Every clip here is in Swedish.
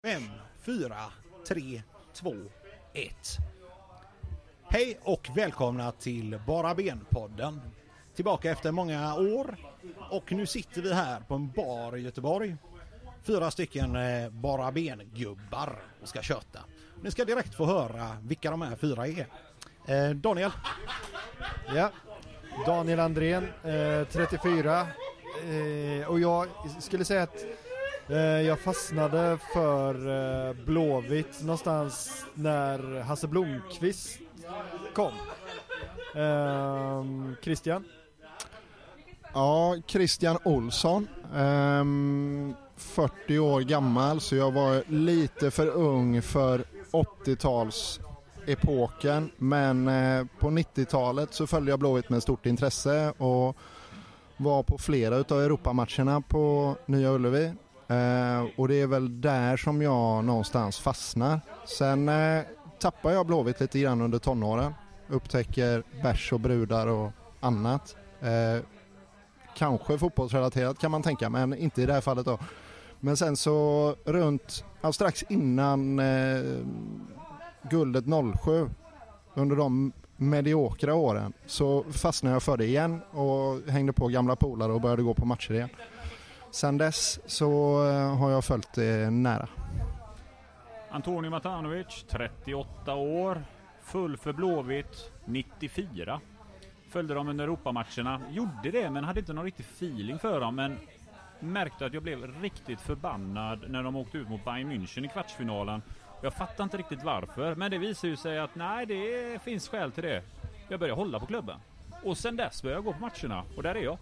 5, 4, 3, 2, 1. Hej och välkomna till Bara Ben-podden. Tillbaka efter många år och nu sitter vi här på en bar i Göteborg. 4 stycken Bara Ben-gubbar och ska köta. Ni ska direkt få höra vilka de här 4 är. Daniel. Ja, Daniel Andrén, 34. Och jag skulle säga att jag fastnade för Blåvitt någonstans när Hasse Blomqvist kom. Christian? Ja, Christian Olsson. 40 år gammal, så jag var lite för ung för 80-tals epoken, men på 90-talet så följde jag Blåvitt med stort intresse och var på flera utav Europamatcherna på Nya Ullevi. Och det är väl där som jag någonstans fastnar. Sen tappar jag Blåvitt lite grann under tonåren. Upptäcker bärs och brudar och annat. Kanske fotbollsrelaterat kan man tänka, men inte i det här fallet då. Men sen så strax innan guldet 07, under de mediokra åren, så fastnade jag för det igen och hängde på gamla polare och började gå på matcher igen. Sen dess så har jag följt det nära. Antonio Matanovic, 38 år, full för Blåvitt 94. Följde dem under Europamatcherna, gjorde det men hade inte någon riktig feeling för dem, men märkte att jag blev riktigt förbannad när de åkte ut mot Bayern München i kvartsfinalen. Jag fattar inte riktigt varför, men det visar ju sig att nej, det finns skäl till det. Jag började hålla på klubben. Och sen dess började jag gå på matcherna, och där är jag.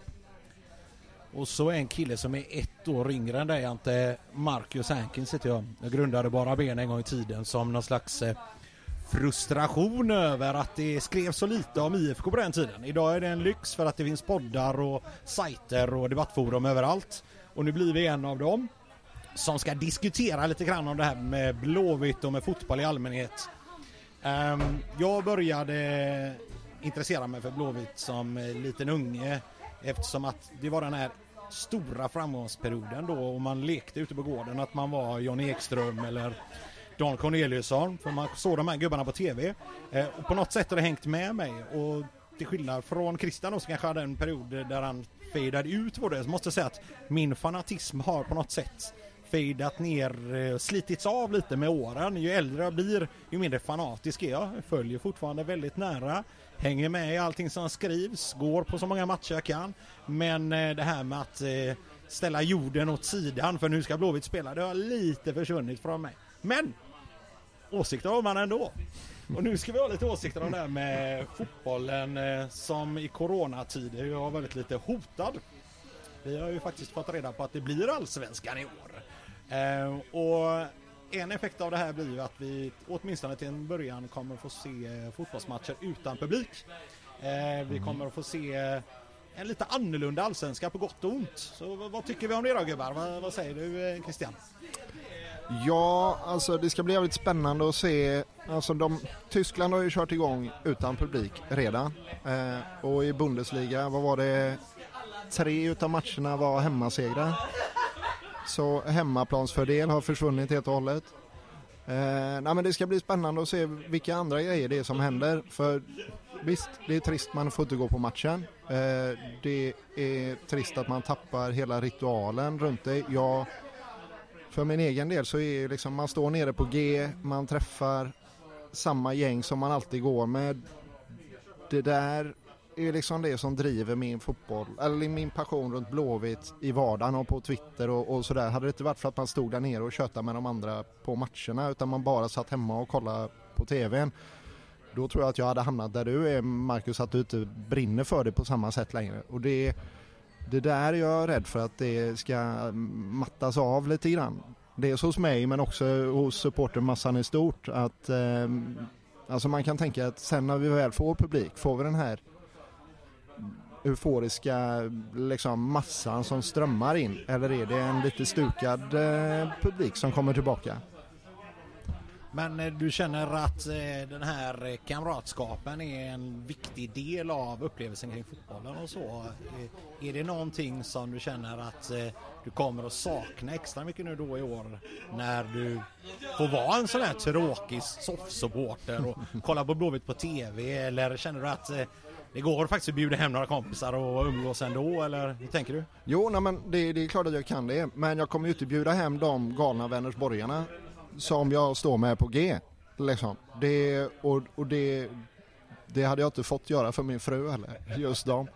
Och så en kille som är 1 år yngre än dig, inte Marcus Hankins heter jag. Jag grundade Bara Ben en gång i tiden som någon slags frustration över att det skrevs så lite om IFK på den tiden. Idag är det en lyx för att det finns poddar och sajter och debattforum överallt. Och nu blir vi en av dem som ska diskutera lite grann om det här med Blåvitt och med fotboll i allmänhet. Jag började intressera mig för Blåvitt som liten unge, eftersom att det var den här stora framgångsperioden då, och man lekte ute på gården att man var Johnny Ekström eller Dan Corneliusson, för man såg de här gubbarna på tv. Och på något sätt har det hängt med mig, och till skillnad från Christian så kanske hade en period där han fejdade ut på det, så måste jag säga att min fanatism har på något sätt fejdat ner, slitits av lite med åren. Ju äldre jag blir, ju mindre fanatisk är jag. Jag följer fortfarande väldigt nära, hänger med i allting som skrivs, går på så många matcher jag kan. Men det här med att ställa jorden åt sidan för nu ska Blåvitt spela, det har lite försvunnit från mig. Men åsikter har man ändå. Och nu ska vi ha lite åsikter om det här med fotbollen som i coronatider har varit lite hotad. Vi har ju faktiskt fått reda på att det blir allsvenskan i år. Och en effekt av det här blir ju att vi åtminstone till en början kommer få se fotbollsmatcher utan publik. Vi kommer att få se en lite annorlunda allsvenska på gott och ont. Så vad tycker vi om det då, gubbar? Vad säger du, Christian? Ja, alltså det ska bli jävligt spännande att se. Alltså Tyskland har ju kört igång utan publik redan. Och i Bundesliga, vad var det? 3 utav matcherna var hemmasegrar. Så hemmaplansfördel har försvunnit helt och hållet. Men det ska bli spännande att se vilka andra grejer det är som händer. För visst, det är trist man får inte gå på matchen. Det är trist att man tappar hela ritualen runt det. För min egen del så är liksom, man står nere på G, man träffar samma gäng som man alltid går med. Det där är liksom det som driver min fotboll, eller min passion runt Blåvitt i vardagen och på Twitter och sådär. Hade det inte varit för att man stod där nere och tjötade med de andra på matcherna, utan man bara satt hemma och kollade på tvn, då tror jag att jag hade hamnat där du är, Marcus, att du inte brinner för det på samma sätt längre. Och det där är jag rädd för att det ska mattas av lite grann. Dels hos mig men också hos supportermassan i stort. Att, alltså man kan tänka att sen när vi väl får publik, får vi den här euforiska liksom massan som strömmar in, eller är det en lite stukad publik som kommer tillbaka? Men du känner att den här kamratskapen är en viktig del av upplevelsen kring fotbollen och så. Är det någonting som du känner att du kommer att sakna extra mycket nu då i år när du får vara en sån här tråkig soffsupporter och kolla på Blåvitt på TV, eller känner du att det går faktiskt att bjuda hem några kompisar och umgås ändå, eller hur tänker du? Jo, nej, men det är klart att jag kan det, men jag kommer ju inte bjuda hem de galna Vänersborgarna som jag står med på G liksom. Det hade jag inte fått göra för min fru eller just dem.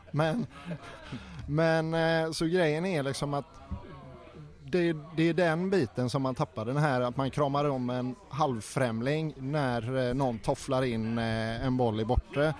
Men så grejen är liksom att det är den biten som man tappar, den här att man kramar om en halvfrämling när någon tofflar in en boll i bortre.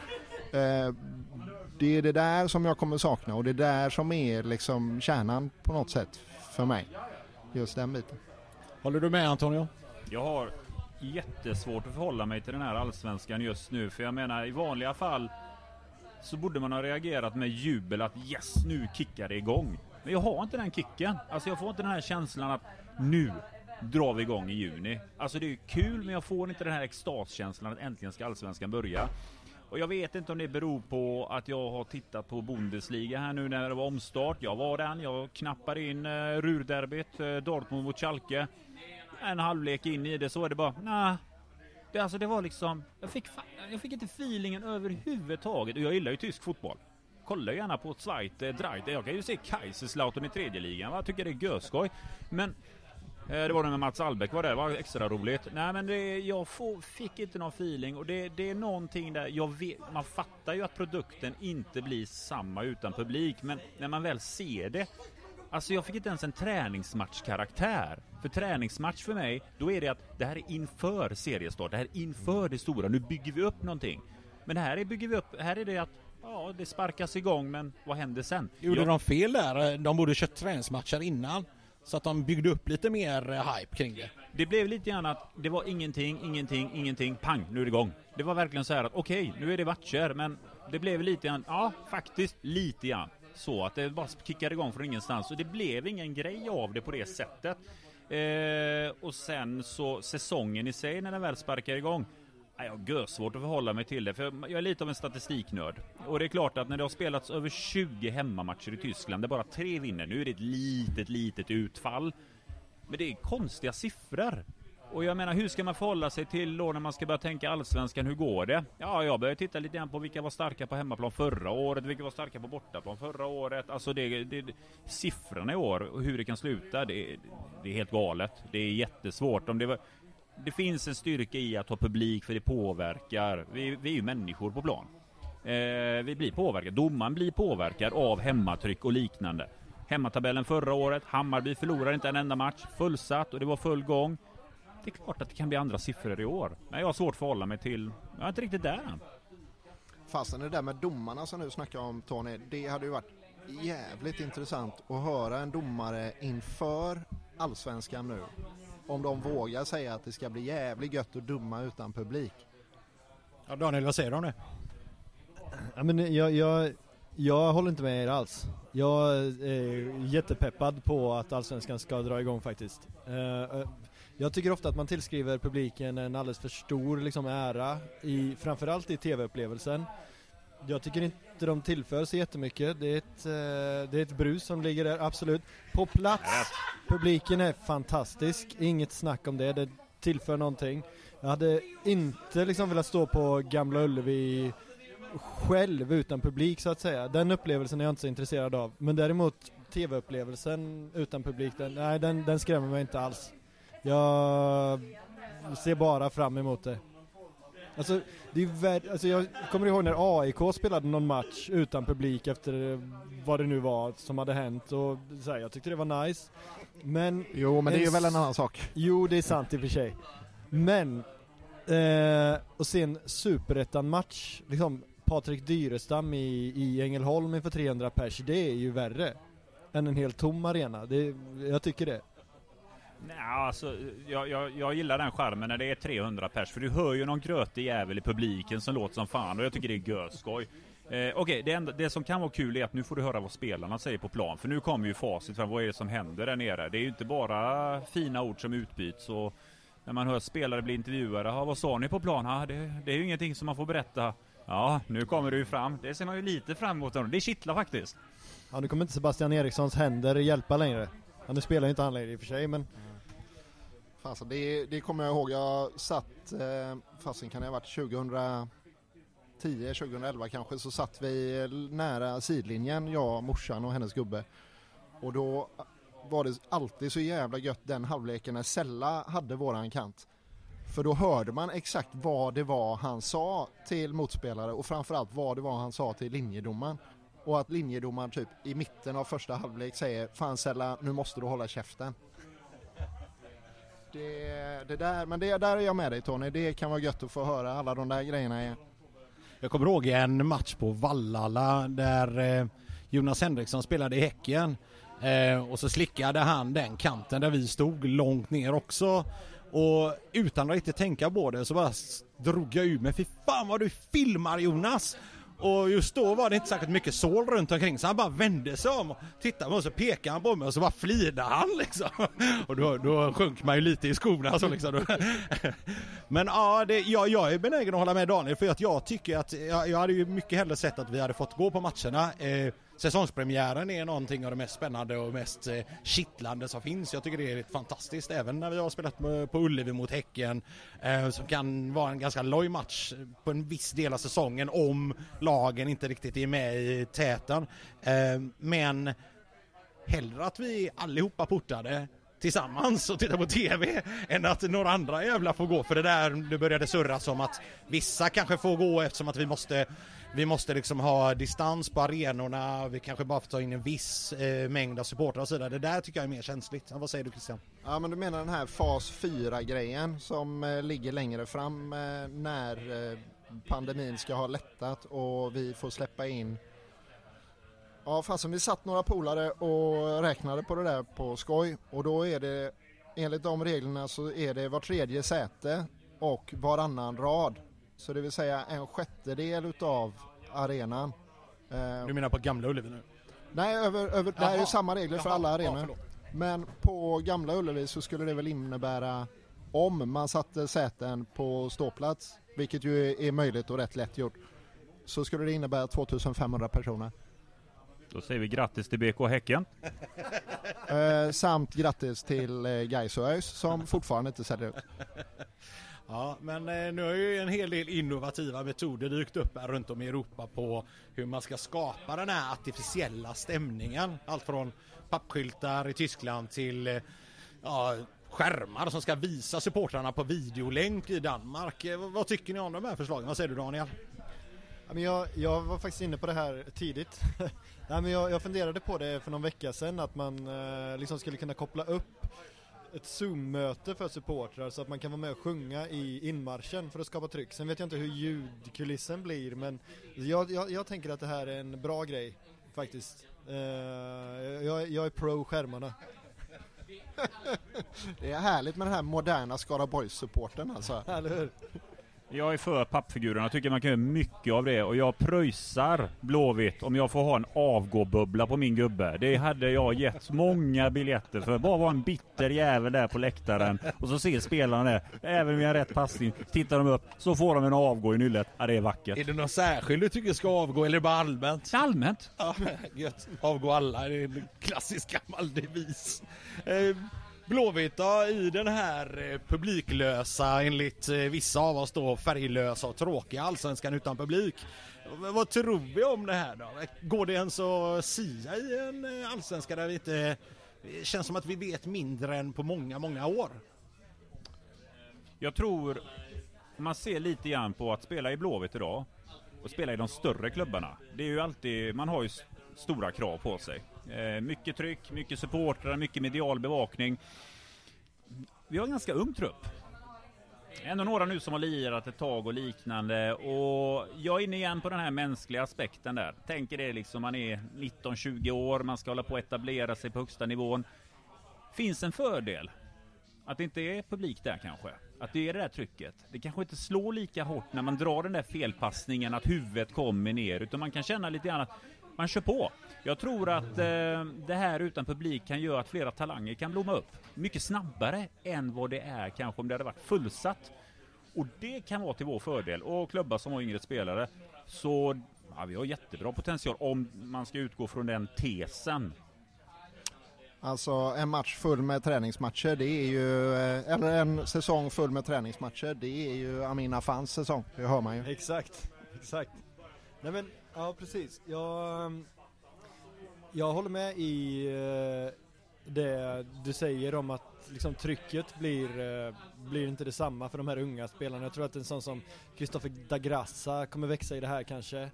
Det är det där som jag kommer sakna, och det är där som är liksom kärnan på något sätt för mig. Just den biten. Håller du med, Antonio? Jag har jättesvårt att förhålla mig till den här allsvenskan just nu, för jag menar i vanliga fall så borde man ha reagerat med jubel att yes, nu kickar det igång. Men jag har inte den kicken. Alltså jag får inte den här känslan att nu drar vi igång i juni. Alltså det är ju kul, men jag får inte den här extaskänslan att äntligen ska allsvenskan börja. Och jag vet inte om det beror på att jag har tittat på Bundesliga här nu när det var omstart. Jag var den, jag knappar in Ruhrderbyt, Dortmund mot Schalke. En halvlek in i det så är det bara, det var liksom, jag fick inte feelingen överhuvudtaget. Och jag gillar ju tysk fotboll. Kolla gärna på Zweite Dreite. Jag kan ju se Kaiserslautern i tredje ligan. Jag tycker det är göskoj. Men det var det med Mats Albeck var det var extra roligt. Nej, men fick inte någon feeling, och det är någonting där man fattar ju att produkten inte blir samma utan publik, men när man väl ser det, alltså jag fick inte ens en träningsmatchkaraktär. För träningsmatch för mig, då är det att det här är inför seriestart, det här är inför det stora, nu bygger vi upp någonting. Men det här bygger vi upp, här är det att det sparkas igång, men vad händer sen? Gjorde de fel där? De borde kört träningsmatcher innan, så att de byggde upp lite mer hype kring det. Det blev lite grann att det var ingenting, pang, nu är det igång. Det var verkligen så här att okej, nu är det matcher, men det blev lite grann, faktiskt lite grann så att det bara kickade igång från ingenstans, och det blev ingen grej av det på det sättet. Och sen så säsongen i sig när den väl sparkar igång, jag har svårt att förhålla mig till det, för jag är lite av en statistiknörd. Och det är klart att när det har spelats över 20 hemmamatcher i Tyskland där bara 3 vinner, nu är det ett litet utfall. Men det är konstiga siffror. Och jag menar, hur ska man förhålla sig till då när man ska börja tänka allsvenskan, hur går det? Ja, jag börjar titta lite grann på vilka var starka på hemmaplan förra året, vilka var starka på bortaplan förra året. Alltså siffrorna i år och hur det kan sluta, det är helt galet. Det är jättesvårt. Det finns en styrka i att ha publik, för det påverkar. Vi är ju människor på plan. Vi blir påverkade. Domaren blir påverkad av hemmatryck och liknande. Hemmatabellen förra året, Hammarby förlorar inte en enda match, fullsatt, och det var full gång. Det är klart att det kan bli andra siffror i år. Men jag har svårt att förhålla mig till, jag är inte riktigt där än. Fastän det där med domarna som du snackar om, Tony, det hade ju varit jävligt intressant att höra en domare inför allsvenskan nu. Om de vågar säga att det ska bli jävligt gött att döma utan publik. Ja, Daniel, vad säger du om det? Ja, men jag håller inte med er alls. Jag är jättepeppad på att allsvenskan ska dra igång faktiskt. Jag tycker ofta att man tillskriver publiken en alldeles för stor liksom, ära, framförallt i tv-upplevelsen. Jag tycker inte de tillför sig jättemycket. Det är ett brus som ligger där, absolut. På plats, publiken är fantastisk. Inget snack om det. Det tillför någonting. Jag hade inte liksom velat stå på Gamla Ullevi själv utan publik så att säga. Den upplevelsen är jag inte så intresserad av. Men däremot tv-upplevelsen utan publik, den skrämmer mig inte alls. Jag ser bara fram emot det. Alltså, jag kommer ihåg när AIK spelade någon match utan publik efter vad det nu var som hade hänt, och så här, jag tyckte det var nice. Men det är ju väl en annan sak. Jo, det är sant i och för sig. Men och sen Superettan-match, liksom Patrik Dyrestam i Ängelholm inför 300 pers, det är ju värre än en helt tom arena. Jag tycker det. Nej, alltså, jag gillar den skärmen när det är 300 pers, för du hör ju någon grötig jävel i publiken som låter som fan, och jag tycker det är göskoj. Okej, det som kan vara kul är att nu får du höra vad spelarna säger på plan, för nu kommer ju facit för vad är det som händer där nere. Det är ju inte bara fina ord som utbyts och När man hör spelare bli intervjuade. Vad sa ni på plan? Det är ju ingenting som man får berätta. Ja, nu kommer det ju fram. Det ser man ju lite fram emot. Det kittlar faktiskt. Ja, nu kommer inte Sebastian Erikssons händer hjälpa längre. Ja, nu spelar ju inte han längre i och för sig, men... Alltså, det kommer jag ihåg. Jag satt, fastän kan det ha varit 2010, 2011 kanske, så satt vi nära sidlinjen, jag, morsan och hennes gubbe. Och då var det alltid så jävla gött den halvleken när Sella hade våran kant. För då hörde man exakt vad det var han sa till motspelare och framförallt vad det var han sa till linjedomaren. Och att linjedomaren typ i mitten av första halvlek säger: fan Sella, nu måste du hålla käften. Det där, men det där är jag med dig Tony, det kan vara gött att få höra alla de där grejerna igen. Jag kommer ihåg en match på Vallala där Jonas Henriksson spelade i Häcken. Och så slickade han den kanten där vi stod långt ner också. Och utan att riktigt tänka på det så bara drog jag ur mig: fy fan vad du filmar Jonas! Och just då var det inte särskilt mycket sål runt omkring, så han bara vände sig om och tittade och så pekade han på mig och så bara flidade han liksom. Och då sjönk man ju lite i skorna så liksom. Men ja, jag är benägen att hålla med Daniel, för att jag tycker att jag hade ju mycket hellre sett att vi hade fått gå på matcherna. Säsongspremiären är någonting av det mest spännande och mest kittlande som finns. Jag tycker det är fantastiskt, även när vi har spelat på Ullevi mot Häcken, som kan vara en ganska loj match på en viss del av säsongen om lagen inte riktigt är med i täten. Men hellre att vi allihopa portade tillsammans och titta på tv än att några andra jävla får gå, för det började surra som att vissa kanske får gå eftersom att vi måste liksom ha distans på arenorna, vi kanske bara får ta in en viss mängd av supportrar och så där. Det där tycker jag är mer känsligt. Vad säger du Christian? Ja, men du menar den här fas 4-grejen som ligger längre fram när pandemin ska ha lättat och vi får släppa in. Ja, fast vi satt några polare och räknade på det där på skoj, och då är det enligt de reglerna så är det var tredje säte och varannan rad. Så det vill säga en sjättedel utav arenan. Du menar på Gamla Ullevi nu? Nej, det här är ju samma regler för alla arenor. Men på Gamla Ullevi så skulle det väl innebära, om man satte säten på ståplats, vilket ju är möjligt och rätt lätt gjort, så skulle det innebära 2500 personer. Då säger vi grattis till BK Häcken. Samt grattis till Gais och ÖIS som fortfarande inte säljer ut. Ja, men nu har ju en hel del innovativa metoder dykt upp här runt om i Europa på hur man ska skapa den här artificiella stämningen. Allt från pappskyltar i Tyskland till skärmar som ska visa supportrarna på videolänk i Danmark. Vad tycker ni om de här förslagen? Vad säger du Daniel? Jag var faktiskt inne på det här tidigt. Nej, men jag funderade på det för någon vecka sedan, att man liksom skulle kunna koppla upp ett Zoom-möte för supportrar så att man kan vara med och sjunga i inmarschen för att skapa tryck. Sen vet jag inte hur ljudkulissen blir, men jag tänker att det här är en bra grej faktiskt. Jag är pro skärmarna. Det är härligt med den här moderna Skaraborgs-supporten alltså. Eller hur? Jag är för pappfigurerna, tycker man kan göra mycket av det, och jag pröjsar Blåvitt om jag får ha en avgåbubbla på min gubbe. Det hade jag gett många biljetter för. Bara vara en bitter jävel där på läktaren och så ser spelarna det, även med en rätt passning, tittar de upp så får de en avgå i nyllet. Ja, det är vackert. Är det någon särskild du tycker ska avgå eller bara allmänt? Allmänt? Ja, gött. Avgå alla, det är en klassisk gammal devis. Blåvitt då, i den här publiklösa, enligt vissa av oss då färglösa och tråkiga allsvenskan utan publik. Vad tror vi om det här då? Går det ens att sia i en allsvenska där vi inte känns som att vi vet mindre än på många, många år? Jag tror man ser lite grann på att spela i Blåvitt idag och spela i de större klubbarna. Det är ju alltid, man har ju stora krav på sig. Mycket tryck, mycket supportrar, mycket medial bevakning. Vi har en ganska ung trupp. Ändå några nu som har lirat ett tag och liknande. Och jag är inne igen på den här mänskliga aspekten där. Tänker det liksom, man är 19-20 år, man ska hålla på att etablera sig på högsta nivån. Finns en fördel att det inte är publik där kanske. Att det är det där trycket. Det kanske inte slår lika hårt när man drar den där felpassningen att huvudet kommer ner. Utan man kan känna lite grann att man kör på. Jag tror att det här utan publik kan göra att flera talanger kan blomma upp mycket snabbare än vad det är kanske om det hade varit fullsatt. Och det kan vara till vår fördel. Och klubbar som har yngre spelare, så vi har jättebra potential om man ska utgå från den tesen. Alltså en match full med träningsmatcher, det är ju, eller en säsong full med träningsmatcher, det är ju Amin Afans säsong, det hör man ju. Exakt. Nej men, ja precis. Jag håller med i det du säger om att liksom trycket blir inte detsamma för de här unga spelarna. Jag tror att en sån som Christopher da Grassa kommer växa i det här kanske.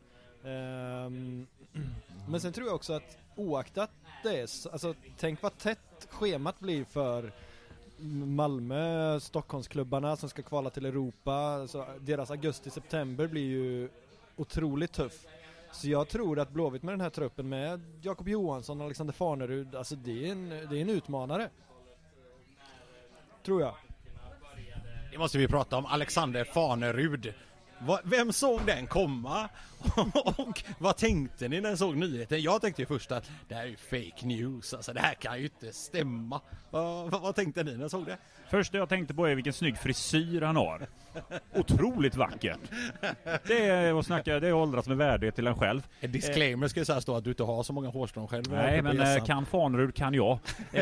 Men sen tror jag också att oaktat det, alltså tänk vad tätt schemat blir för Malmö, Stockholmsklubbarna som ska kvala till Europa. Alltså, deras augusti-september blir ju otroligt tuff. Så jag tror att Blåvitt med den här truppen med Jakob Johansson och Alexander Farnerud, alltså det är en utmanare. Tror jag. Det måste vi prata om. Alexander Farnerud. Vem såg den komma? Och vad tänkte ni när ni såg nyheten? Jag tänkte ju först att det här är ju fake news. Alltså det här kan ju inte stämma. Vad tänkte ni när ni såg det? Först jag tänkte på är vilken snygg frisyr han har. Otroligt vackert. Det är att snacka, det är åldras med värdighet till en själv. En disclaimer ska ju säga stå att du inte har så många hårstrån själv. Nej, men kan Farnerud kan jag.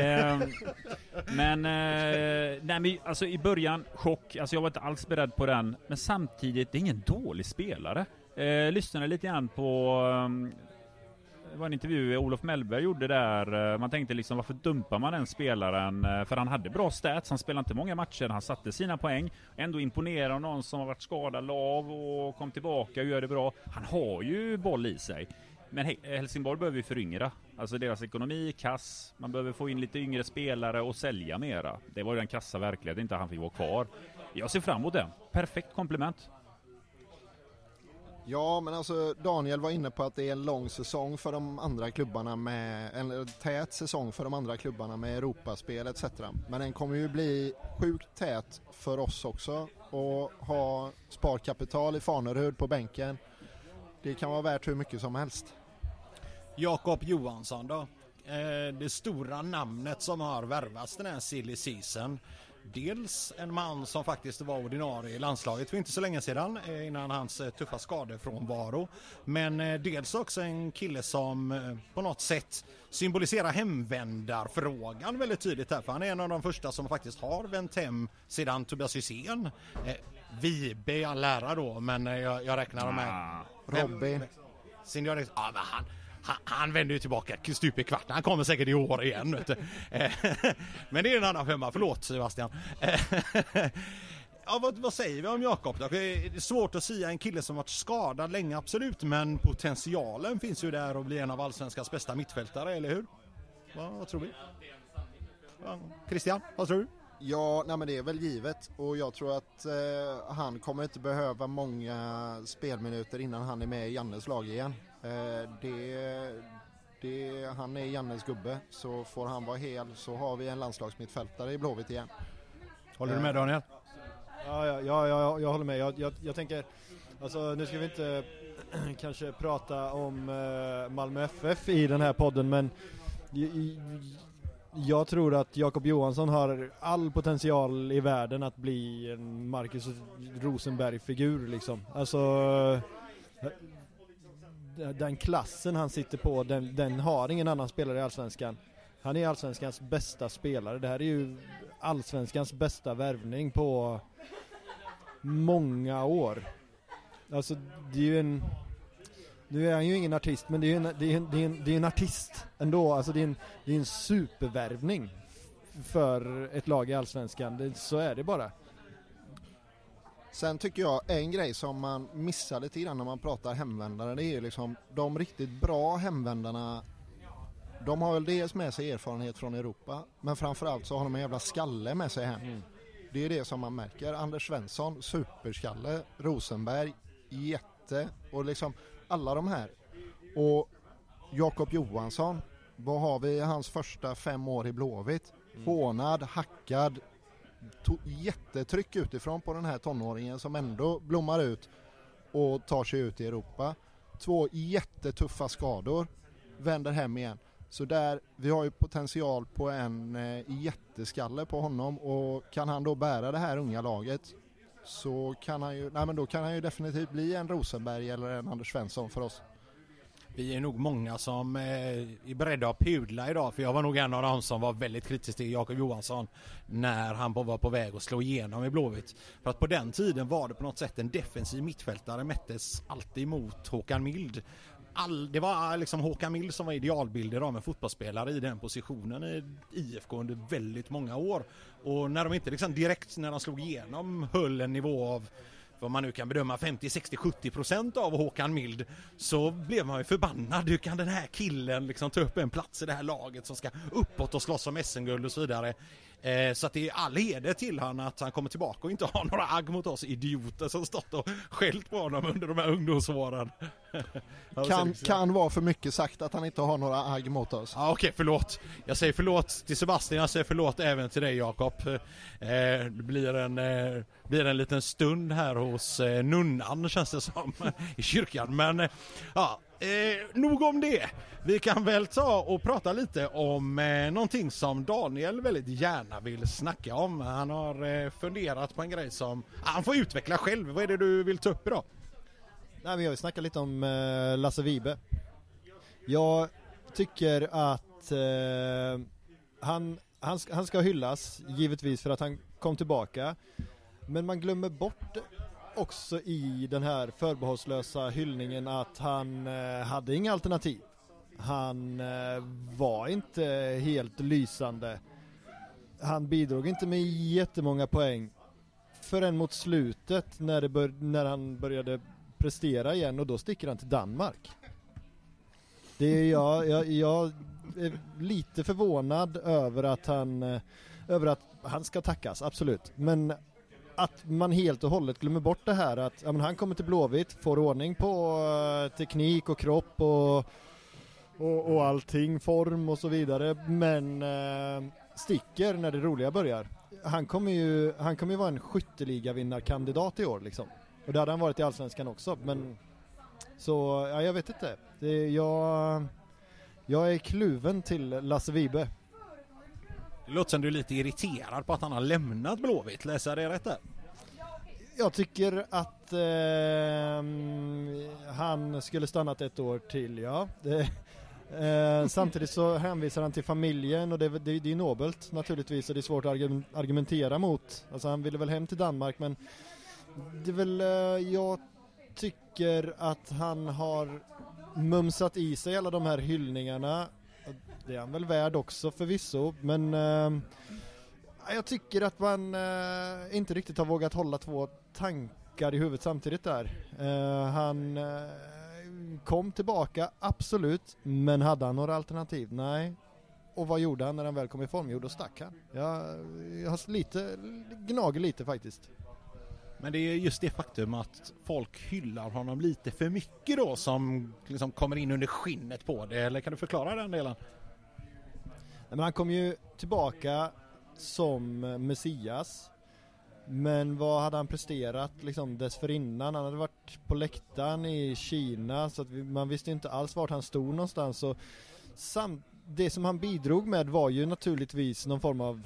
Men alltså i början chock. Alltså jag var inte alls beredd på den. Men samtidigt, det är ingen dålig spelare. Lyssnade lite grann på det var en intervju Olof Mellberg gjorde där. Man tänkte liksom, varför dumpar man den spelaren? För han hade bra stats, han spelade inte många matcher, han satte sina poäng. Ändå imponerar någon som har varit skadad av och kom tillbaka och gör det bra. Han har ju boll i sig. Men Helsingborg behöver ju föryngra. Alltså deras ekonomi, kass. Man behöver få in lite yngre spelare och sälja mera. Det var ju den kassa verkligheten, inte han fick vara kvar. Jag ser fram emot det. Perfekt komplement. Ja, men alltså Daniel var inne på att det är en lång säsong för de andra klubbarna med, en tät säsong för de andra klubbarna med Europaspel etc. Men den kommer ju bli sjukt tät för oss också, och ha sparkapital i Farnerud på bänken. Det kan vara värt hur mycket som helst. Jakob Johansson då? Det stora namnet som har värvats den här silly season. Dels en man som faktiskt var ordinarie i landslaget för inte så länge sedan innan hans tuffa skadefrånvaro. Men dels också en kille som på något sätt symboliserar hemvändarfrågan väldigt tydligt här. För han är en av de första som faktiskt har vänt hem sedan Tobias Hysén. Vibe i all ära då, men jag räknar med Robin. Han vänder ju tillbaka stup i kvart. Han kommer säkert i år igen. Vet du. Men det är en annan femma. Förlåt Sebastian. Ja, vad säger vi om Jakob då? Det är svårt att säga, en kille som varit skadad länge, absolut. Men potentialen finns ju där att bli en av allsvenskans bästa mittfältare, eller hur? Vad tror vi? Christian, vad tror du? Ja, nej men det är väl givet, och jag tror att han kommer inte behöva många spelminuter innan han är med i Jannes lag igen. Han är Jannes gubbe, så får han vara hel så har vi en landslagsmittfältare i Blåvitt igen. Håller du med Daniel? Ja, jag håller med. Jag tänker, alltså nu ska vi inte kanske prata om Malmö FF i den här podden, men jag tror att Jakob Johansson har all potential i världen att bli en Marcus Rosenberg-figur liksom. Alltså den klassen han sitter på, den har ingen annan spelare i Allsvenskan. Han är Allsvenskans bästa spelare. Det här är ju Allsvenskans bästa värvning på många år. Alltså det är ju nu är han ju ingen artist, men det är en artist ändå. Alltså det är en supervärvning för ett lag i Allsvenskan. Så är det bara. Sen tycker jag en grej som man missar lite grann när man pratar hemvändare, det är liksom de riktigt bra hemvändarna. De har väl dels med sig erfarenhet från Europa, men framförallt så har de en jävla skalle med sig hem. Det är det som man märker. Anders Svensson, superskalle. Rosenberg, jätte. Och liksom alla de här. Och Jakob Johansson, vad har vi i hans första 5 år i Blåvitt? Hånad, hackad, jättetryck utifrån på den här tonåringen som ändå blommar ut och tar sig ut i Europa. 2 jättetuffa skador. vänder hem igen. Så där, vi har ju potential på en jätteskalle på honom, och kan han då bära det här unga laget så kan han ju, då kan han ju definitivt bli en Rosenberg eller en Anders Svensson för oss. Vi är nog många som är beredda att pudla idag, för jag var nog en av dem som var väldigt kritisk till Jakob Johansson när han var på väg att slå igenom i Blåvitt. För att på den tiden var det på något sätt en defensiv mittfältare, mättes alltid mot Håkan Mild. Det var liksom Håkan Mild som var idealbilder av en fotbollsspelare i den positionen i IFK under väldigt många år. Och när de inte liksom direkt när de slog igenom höll en nivå av vad man nu kan bedöma 50, 60, 70% av Håkan Mild, så blev man ju förbannad. Hur kan den här killen liksom ta upp en plats i det här laget som ska uppåt och slåss om SM-guld och så vidare. Så att det är all heder till han att han kommer tillbaka och inte har några agg mot oss idioter som stått och skällt på honom under de här ungdomsåren. Kan vara för mycket sagt att han inte har några agg mot oss. Ja, okej, förlåt. Jag säger förlåt till Sebastian, jag säger förlåt även till dig, Jakob. Det blir en liten stund här hos nunnan, känns det som, i kyrkan. Men ja, nog om det. Vi kan väl ta och prata lite om någonting som Daniel väldigt gärna vill snacka om. Han har funderat på en grej som han får utveckla själv. Vad är det du vill ta upp idag? Nej, men jag vill snacka lite om Lasse Vibe. Jag tycker att han ska hyllas, givetvis, för att han kom tillbaka. Men man glömmer bort också i den här förbehållslösa hyllningen att han hade inga alternativ. Han var inte helt lysande. Han bidrog inte med jättemånga poäng förrän mot slutet när han började prestera igen, och då sticker han till Danmark. Det är jag är lite förvånad över att han ska tackas, absolut. Men att man helt och hållet glömmer bort det här att han kommer till Blåvitt, får ordning på teknik och kropp och allting, form och så vidare, men sticker när det roliga börjar. Han kommer ju vara en skytteligavinnarkandidat i år liksom. Och det hade han varit i Allsvenskan också, men så ja, jag vet inte. Jag är kluven till Lasse Vibe. Det låter som du är lite irriterad på att han har lämnat Blåvitt. Läser det rätt där? Jag tycker att han skulle stannat ett år till, ja. Samtidigt så hänvisar han till familjen, och det är nobelt naturligtvis, och det är svårt att argumentera mot. Alltså han ville väl hem till Danmark, men det är väl, jag tycker att han har mumsat i sig alla de här hyllningarna. Det är han väl värd också förvisso, men jag tycker att man inte riktigt har vågat hålla två tankar i huvudet samtidigt där. Han kom tillbaka, absolut, men hade han några alternativ? Nej. Och vad gjorde han när han väl kom i form? Jo, då stack han. Jag har gnager lite faktiskt. Men det är just det faktum att folk hyllar honom lite för mycket då som liksom kommer in under skinnet på det. Eller kan du förklara den delen? Men han kom ju tillbaka som Messias. Men vad hade han presterat liksom dessförinnan? Han hade varit på läktaren i Kina, så att man visste inte alls vart han stod någonstans. Och det som han bidrog med var ju naturligtvis någon form av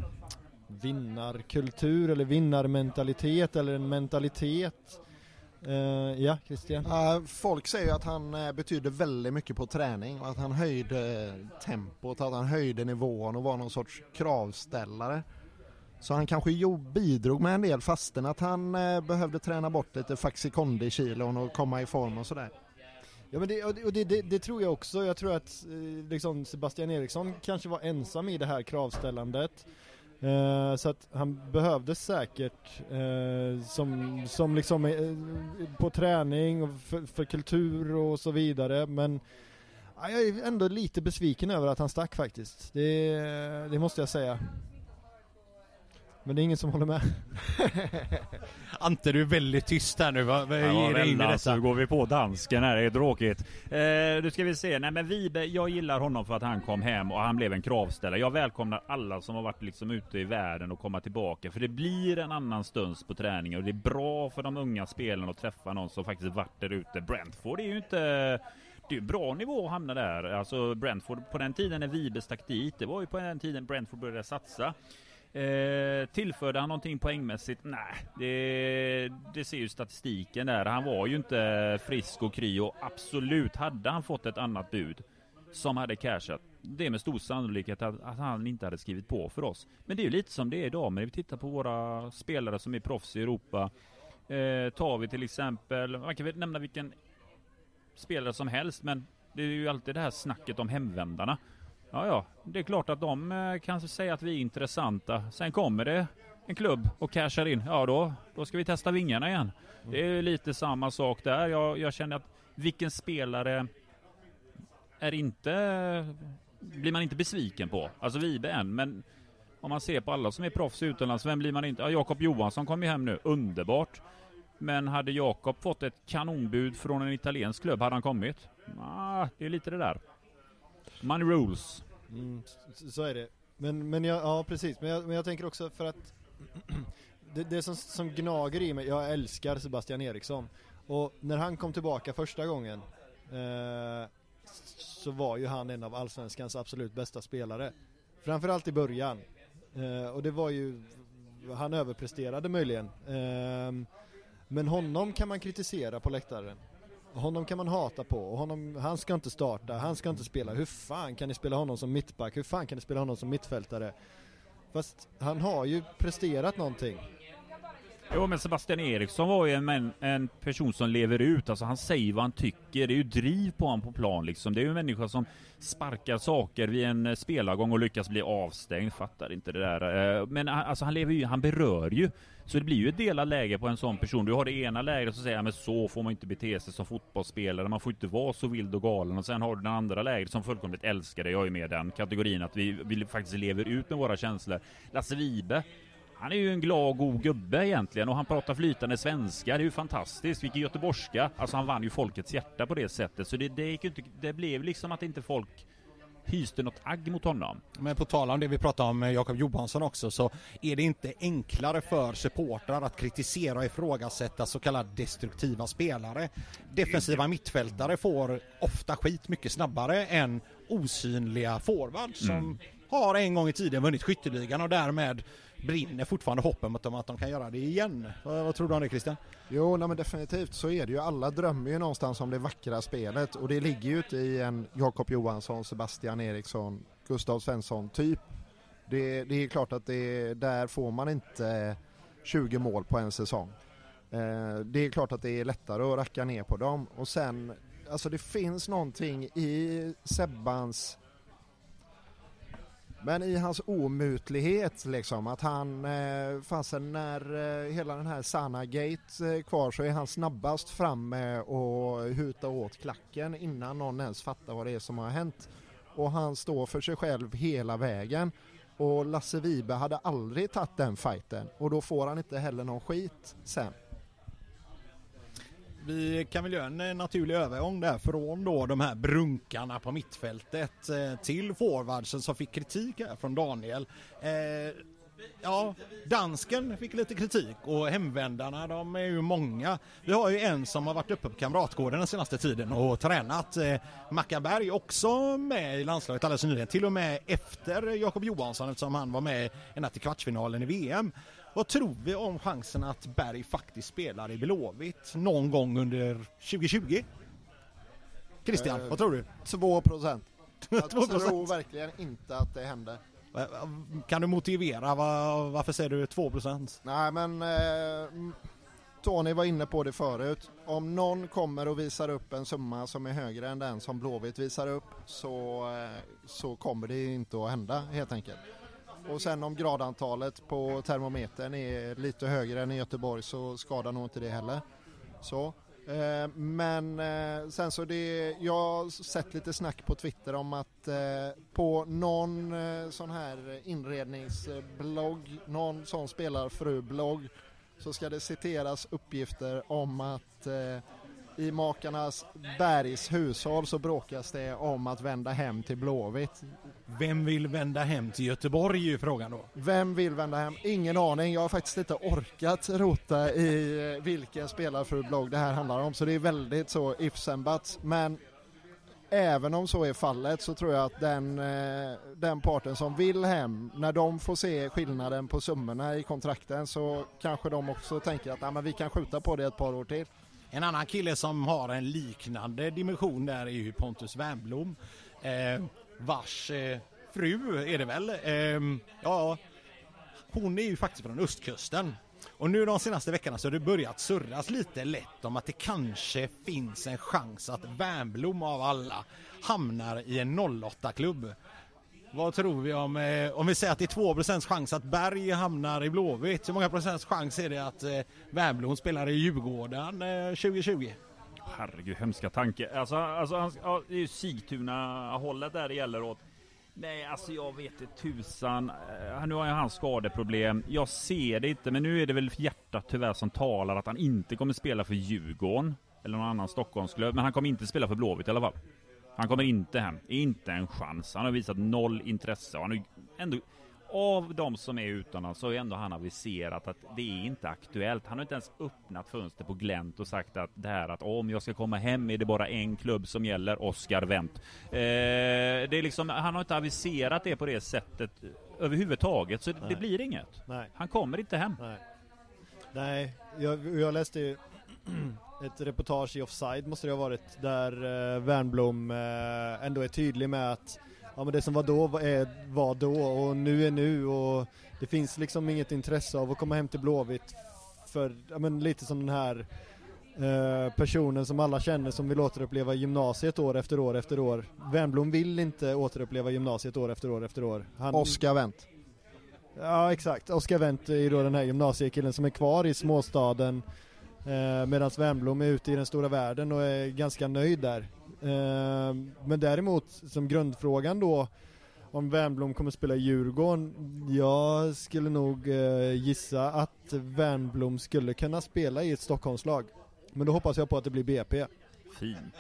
vinnarkultur eller vinnarmentalitet eller en mentalitet. Ja, Christian. Folk säger att han betyder väldigt mycket på träning, och att han höjde tempot, att han höjde nivån och var någon sorts kravställare. Så han kanske bidrog med en del, fastän att han behövde träna bort lite faxikondi i kilon och komma i form och sådär. Ja, men det tror jag också. Jag tror att liksom Sebastian Eriksson kanske var ensam i det här kravställandet. Så att han behövde säkert som liksom på träning och för kultur och så vidare. Men jag är ändå lite besviken över att han stack faktiskt. Det måste jag säga. Men det är ingen som håller med. Ante, du är väldigt tyst här nu. Vad ger dig in i detta? Så går vi på dansken här, det är tråkigt. Nu ska vi se. Nej, men Vibe, jag gillar honom för att han kom hem och han blev en kravställare. Jag välkomnar alla som har varit liksom ute i världen och komma tillbaka. För det blir en annan stunds på träningen, och det är bra för de unga spelarna att träffa någon som faktiskt varit där ute. Brentford är ju inte... det är ju bra nivå att hamna där. Alltså Brentford, på den tiden när Vibe stack dit, det var ju på den tiden Brentford började satsa. Tillförde han någonting poängmässigt? Nej, det ser ju statistiken där. Han var ju inte frisk och kry, och absolut hade han fått ett annat bud som hade cashat, det är med stor sannolikhet att han inte hade skrivit på för oss. Men det är ju lite som det är idag. Men när vi tittar på våra spelare som är proffs i Europa, tar vi till exempel, man kan väl nämna vilken spelare som helst, men det är ju alltid det här snacket om hemvändarna. Ja, det är klart att de kan säga att vi är intressanta. Sen kommer det en klubb och cashar in. Ja, då ska vi testa vingarna igen. Det är lite samma sak där. Jag känner att vilken spelare blir man inte besviken på. Alltså Vibe än, men om man ser på alla som är proffs utomlands, vem blir man inte? Ja, Jakob Johansson kom ju hem nu, underbart. Men hade Jakob fått ett kanonbud från en italiensk klubb, hade han kommit? Det är lite det där. Money rules. Så är det. Men ja, precis. Men jag tänker också för att det som gnager i mig, jag älskar Sebastian Eriksson. Och när han kom tillbaka första gången så var ju han en av allsvenskans absolut bästa spelare. Framförallt i början. Och det var ju, han överpresterade möjligen. Men honom kan man kritisera på läktaren. Honom kan man hata på. Och han ska inte starta, han ska inte spela. Hur fan kan ni spela honom som mittback? Hur fan kan ni spela honom som mittfältare? Fast han har ju presterat någonting. Jo, men Sebastian Eriksson var ju en person som lever ut. Alltså han säger vad han tycker. Det är ju driv på honom på plan liksom. Det är ju en människa som sparkar saker vid en spelargång och lyckas bli avstängd. Fattar inte det där. Men alltså han lever ju, han berör ju. Så det blir ju ett delat läge på en sån person. Du har det ena läget så säger men så får man inte bete sig som fotbollsspelare. Man får inte vara så vild och galen. Och sen har du den andra läget som fullkomligt älskar det. Jag är med den kategorin att vi faktiskt lever ut med våra känslor. Lasse Vibe, han är ju en glad, god gubbe egentligen, och han pratar flytande svenska. Det är ju fantastiskt. Vilken göteborgska. Alltså han vann ju folkets hjärta på det sättet. Så det gick inte, det blev liksom att inte folk hyste något agg mot honom. Men på tal om det vi pratade om Jakob Johansson också, så är det inte enklare för supportrar att kritisera och ifrågasätta så kallade destruktiva spelare. Defensiva mittfältare får ofta skit mycket snabbare än osynliga forwards som har en gång i tiden vunnit skytteligan och därmed brinner fortfarande hoppet om att de kan göra det igen. Vad tror du om det, Christian? Jo, men definitivt så är det ju. Alla drömmer ju någonstans om det vackra spelet, och det ligger ju ute i en Jakob Johansson, Sebastian Eriksson, Gustav Svensson typ. Det är klart att där får man inte 20 mål på en säsong. Det är klart att det är lättare att racka ner på dem. Och sen, alltså det finns någonting i Sebbans, men i hans omutlighet liksom, att han fasen när hela den här Sana-gate kvar, så är han snabbast framme och huta åt klacken innan någon ens fattar vad det är som har hänt. Och han står för sig själv hela vägen. Och Lasse Vibe hade aldrig tagit den fighten, och då får han inte heller någon skit sen. Vi kan väl göra en naturlig övergång där från då de här brunkarna på mittfältet till forwardsen som fick kritik här från Daniel. Dansken fick lite kritik och hemvändarna, de är ju många. Vi har ju en som har varit uppe på Kamratgården den senaste tiden och tränat. Mackaberg också med i landslaget alldeles nyligen, till och med efter Jakob Johansson, eftersom han var med ända till kvartsfinalen i VM. Vad tror vi om chansen att Berg faktiskt spelar i Blåvitt någon gång under 2020? Christian, vad tror du? 2%. Jag tror verkligen inte att det händer. Kan du motivera varför säger du 2%? Nej, men Tony var inne på det förut. Om någon kommer och visar upp en summa som är högre än den som Blåvitt visar upp, så kommer det inte att hända helt enkelt. Och sen om gradantalet på termometern är lite högre än i Göteborg, så skadar nog inte det heller. Så. Men sen så jag har sett lite snack på Twitter om att på någon sån här inredningsblogg, någon sån spelarfrublogg, så ska det citeras uppgifter om att i makarnas Bergs hushåll så bråkas det om att vända hem till Blåvitt. Vem vill vända hem till Göteborg är ju frågan då. Vem vill vända hem? Ingen aning. Jag har faktiskt inte orkat rota i vilken spelarfrublogg det här handlar om. Så det är väldigt så ifs and buts. Men även om så är fallet så tror jag att den parten som vill hem, när de får se skillnaden på summorna i kontrakten, så kanske de också tänker att men vi kan skjuta på det ett par år till. En annan kille som har en liknande dimension där är ju Pontus Wernbloom, vars fru är det väl. Hon är ju faktiskt från östkusten. Och nu de senaste veckorna så har det börjat surras lite lätt om att det kanske finns en chans att Wernbloom av alla hamnar i en 08-klubb. Vad tror vi om vi säger att det är 2% chans att Berg hamnar i Blåvitt? Hur många procents chans är det att Wernbloom spelar i Djurgården 2020? Herregud, hemska tanke. Alltså det är ju Sigtuna-hållet där det gäller åt. Nej, alltså jag vet inte tusan. Nu har jag hans skadeproblem. Jag ser det inte, men nu är det väl hjärtat tyvärr som talar att han inte kommer spela för Djurgården eller någon annan Stockholmsklubb. Men han kommer inte spela för Blåvitt i alla fall. Han kommer inte hem. Inte en chans. Han har visat noll intresse. Han har ändå, av de som är utomlands så är ändå han aviserat att det är inte aktuellt. Han har inte ens öppnat fönster på glänt och sagt att det här att om jag ska komma hem är det bara en klubb som gäller, Oscar Wendt. Det är liksom, han har inte aviserat det på det sättet överhuvudtaget, så det blir inget. Nej. Han kommer inte hem. Nej. Jag läste ju ett reportage i Offside måste det ha varit, där Wernbloom ändå är tydlig med att men det som var då var då och nu är nu, och det finns liksom inget intresse av att komma hem till Blåvitt för lite som den här personen som alla känner som vill återuppleva gymnasiet år efter år efter år. Wernbloom vill inte återuppleva gymnasiet år efter år efter år. Oscar Wendt. Ja, exakt. Oscar Wendt är ju då den här gymnasiekillen som är kvar i småstaden, medan Wernbloom är ute i den stora världen och är ganska nöjd där. Men däremot som grundfrågan då, om Wernbloom kommer spela i Djurgården, jag skulle nog gissa att Wernbloom skulle kunna spela i ett Stockholmslag. Men då hoppas jag på att det blir BP. Fint.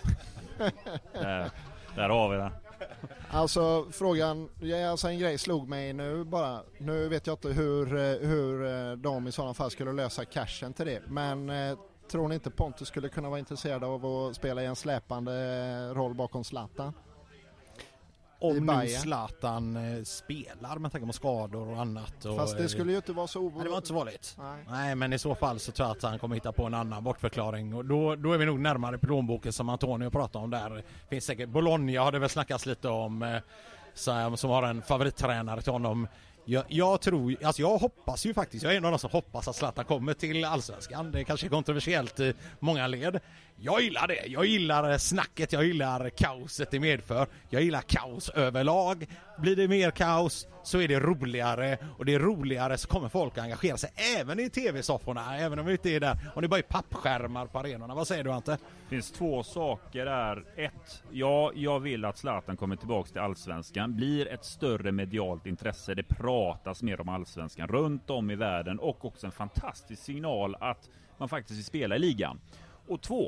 Där har vi det. Alltså frågan, en grej slog mig nu bara. Nu vet jag inte hur de i sådana fall skulle lösa cashen till det. Men tror ni inte Pontus skulle kunna vara intresserad av att spela i en släpande roll bakom Zlatan? Om nu Zlatan spelar med tanke på skador och annat. Fast det skulle ju inte vara så... Det var inte så vanligt. Nej, men i så fall så tror jag att han kommer hitta på en annan bortförklaring. Och då är vi nog närmare plånboken som Antonio pratade om där. Finns säkert Bologna har det väl snackats lite om, som har en favorittränare till honom. Jag hoppas ju faktiskt, jag är en av de som hoppas att Zlatan kommer till Allsvenskan. Det är kanske kontroversiellt i många led. Jag gillar det, jag gillar snacket, jag gillar kaoset det medför. Jag gillar kaos överlag. Blir det mer kaos så är det roligare, och det är roligare så kommer folk att engagera sig även i tv-sofforna, även om vi inte är där. Om det bara är pappskärmar på arenorna. Vad säger du, Ante? Det finns två saker där. Ett, jag vill att Zlatan kommer tillbaka till Allsvenskan. Blir ett större medialt intresse. Det pratas mer om Allsvenskan runt om i världen, och också en fantastisk signal att man faktiskt vill spela i ligan. Och två,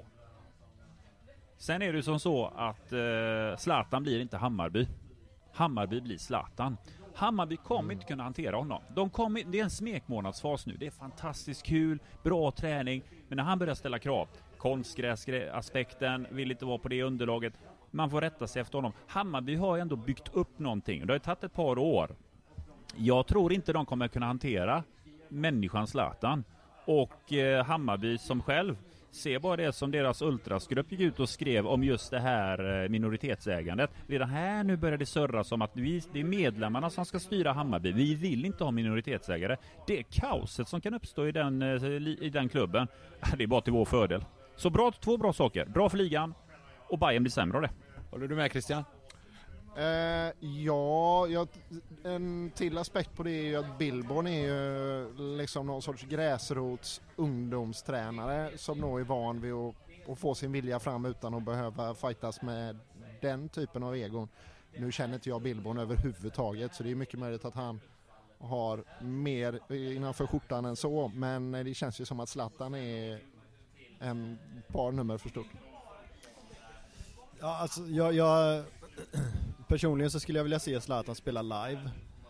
sen är det som så att Zlatan blir inte Hammarby. Hammarby blir Zlatan. Hammarby kommer inte kunna hantera honom. Det är en smekmånadsfas nu. Det är fantastiskt kul, bra träning. Men när han börjar ställa krav, konstgräsaspekten, vill inte vara på det underlaget. Man får rätta sig efter honom. Hammarby har ändå byggt upp någonting. Det har tagit ett par år. Jag tror inte de kommer kunna hantera människan Zlatan. Och Hammarby som själv ser bara det som deras ultrasgrupp gick ut och skrev om just det här minoritetsägandet. Redan här nu börjar det surras om att det är medlemmarna som ska styra Hammarby. Vi vill inte ha minoritetsägare. Det kaoset som kan uppstå i den klubben, det är bara till vår fördel. Så två bra saker. Bra för ligan, och Bayern blir sämre av det. Håller du med, Christian? En till aspekt på det är ju att Billborn är ju liksom någon sorts gräsrots ungdomstränare som nog är van vid att få sin vilja fram utan att behöva fightas med den typen av egon. Nu känner inte jag Billborn överhuvudtaget, så det är mycket möjligt att han har mer innanför skjortan än så, men det känns ju som att Zlatan är en par nummer för stort. Ja, alltså jag personligen så skulle jag vilja se Zlatan spela live.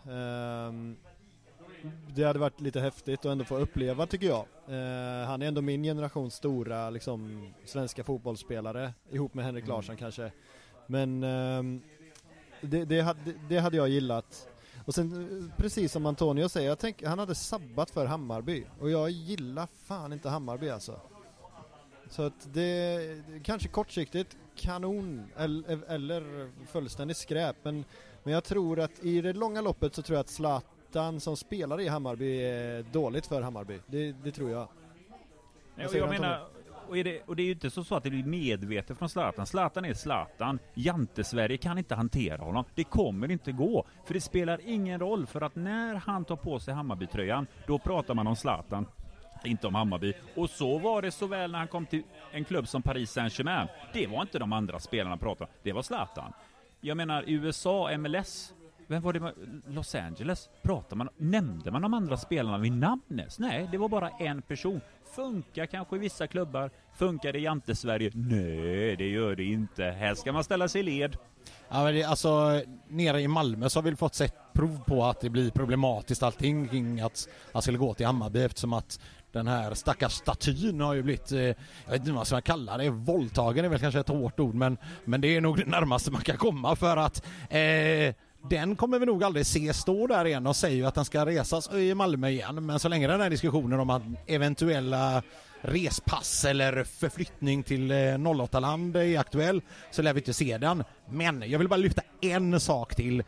Det hade varit lite häftigt att ändå få uppleva, tycker jag. Han är ändå min generations stora svenska fotbollsspelare, ihop med Henrik Larsson kanske. Men det hade jag gillat. Och sen, precis som Antonio säger, jag tänker, han hade sabbat för Hammarby. Och jag gillar fan inte Hammarby alltså. Så att det kanske kortsiktigt kanon eller fullständigt skräp. Men jag tror att i det långa loppet så tror jag att Zlatan som spelar i Hammarby är dåligt för Hammarby. Det tror jag. Jag menar, och det är ju inte så att det blir medvetet från Zlatan. Zlatan är Zlatan. Jante-Sverige kan inte hantera honom. Det kommer inte gå. För det spelar ingen roll, för att när han tar på sig Hammarby-tröjan, då pratar man om Zlatan, inte om Hammarby. Och så var det såväl när han kom till en klubb som Paris Saint-Germain. Det var inte de andra spelarna pratade, det var Zlatan. Jag menar, USA, MLS, vem var det? Los Angeles. Nämnde man de andra spelarna vid namnet? Nej, det var bara en person. Funkar kanske i vissa klubbar. Funkar det i Jante-Sverige? Nej, det gör det inte. Här ska man ställa sig i led. Ja, men alltså, nere i Malmö så har vi fått sett prov på att det blir problematiskt allting kring att han skulle gå till Hammarby, eftersom att den här stackars statyn har ju blivit, jag vet inte vad man kallar det, våldtagen är väl kanske ett hårt ord, men det är nog det närmaste man kan komma, för att den kommer vi nog aldrig se stå där igen och säger att den ska resas i Malmö igen. Men så länge den här diskussionen om att eventuella respass eller förflyttning till 08-land är aktuell, så lär vi inte se den. Men jag vill bara lyfta en sak till.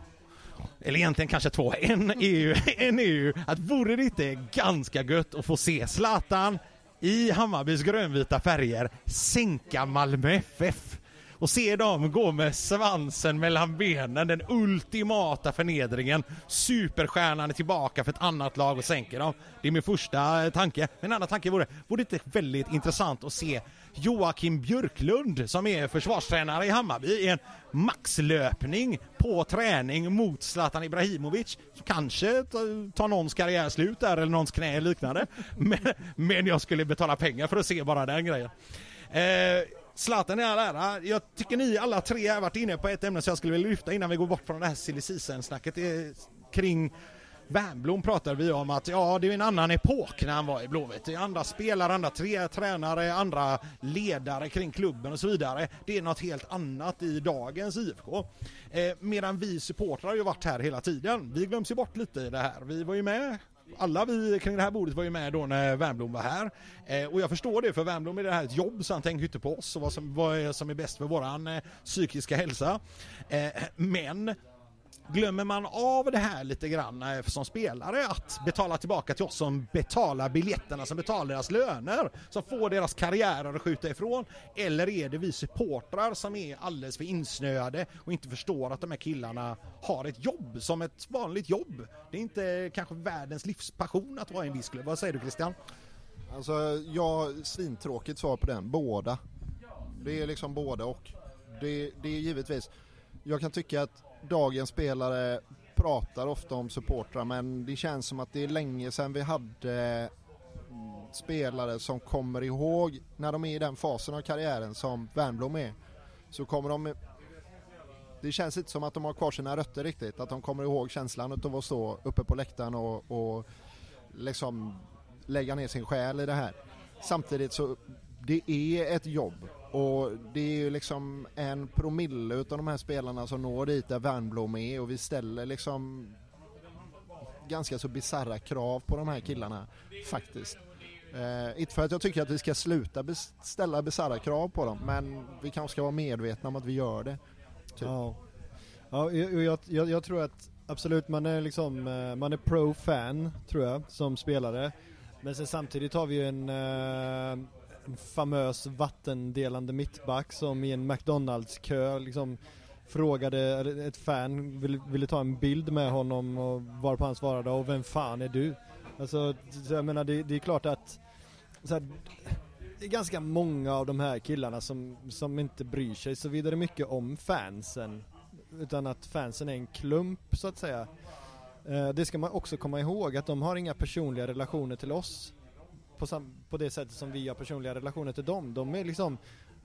Eller egentligen kanske två. En är ju att vore det inte ganska gött att få se Zlatan i Hammarbys grönvita färger sänka Malmö FF. Och se dem gå med svansen mellan benen, den ultimata förnedringen. Superstjärnan är tillbaka för ett annat lag och sänker dem. Det är min första tanke. Min andra tanke vore det inte väldigt intressant att se Joakim Björklund, som är försvarstränare i Hammarby, i en maxlöpning på träning mot Zlatan Ibrahimovic. Kanske tar någons karriär slut där, eller någons knä liknande. Men jag skulle betala pengar för att se bara den grejen. Zlatan är all ära. Jag tycker ni alla tre har varit inne på ett ämne som jag skulle vilja lyfta innan vi går bort från det här silly season-snacket. Kring Wernbloom pratar vi om att det är en annan epok när han var i Blåvitt. Det är andra spelare, andra tränare, andra ledare kring klubben och så vidare. Det är något helt annat i dagens IFK. Medan vi supportrar har ju varit här hela tiden. Vi glöms ju bort lite i det här. Vi var ju med. Alla vi kring det här bordet var ju med då när Wernbloom var här. Och jag förstår det, för Wernbloom är det här ett jobb, så han tänker inte på oss och vad som är bäst för våran psykiska hälsa. Men glömmer man av det här lite grann som spelare, att betala tillbaka till oss som betalar biljetterna, som betalar deras löner, som får deras karriärer att skjuta ifrån? Eller är det vi supportrar som är alldeles för insnöade och inte förstår att de här killarna har ett jobb som ett vanligt jobb? Det är inte kanske världens livspassion att vara i en viss klubb. Vad säger du, Christian? Alltså, svintråkigt svar på den. Båda. Det är liksom båda, och det är givetvis, jag kan tycka att dagens spelare pratar ofta om supportrar, men det känns som att det är länge sedan vi hade spelare som kommer ihåg när de är i den fasen av karriären som Wernbloom är. Så kommer de, det känns inte som att de har kvar sina rötter riktigt, att de kommer ihåg känslan av att stå uppe på läktaren och liksom lägga ner sin själ i det här. Samtidigt så det är ett jobb, och det är ju liksom en promille utav de här spelarna som når dit där Wernbloom är, och vi ställer liksom ganska så bizarra krav på de här killarna faktiskt. Inte för att jag tycker att vi ska sluta ställa bizarra krav på dem, men vi kanske ska vara medvetna om att vi gör det. Typ. Ja, jag tror att absolut man är pro-fan, tror jag, som spelare. Men sen samtidigt har vi ju en famös vattendelande mittback som i en McDonalds-kö liksom frågade ett fan, ville ta en bild med honom, och varpå han svarade, och vem fan är du? Alltså, jag menar, det är klart att så här, det är ganska många av de här killarna som inte bryr sig så vidare mycket om fansen, utan att fansen är en klump, så att säga. Det ska man också komma ihåg, att de har inga personliga relationer till oss på det sättet som vi har personliga relationer till dem. De är liksom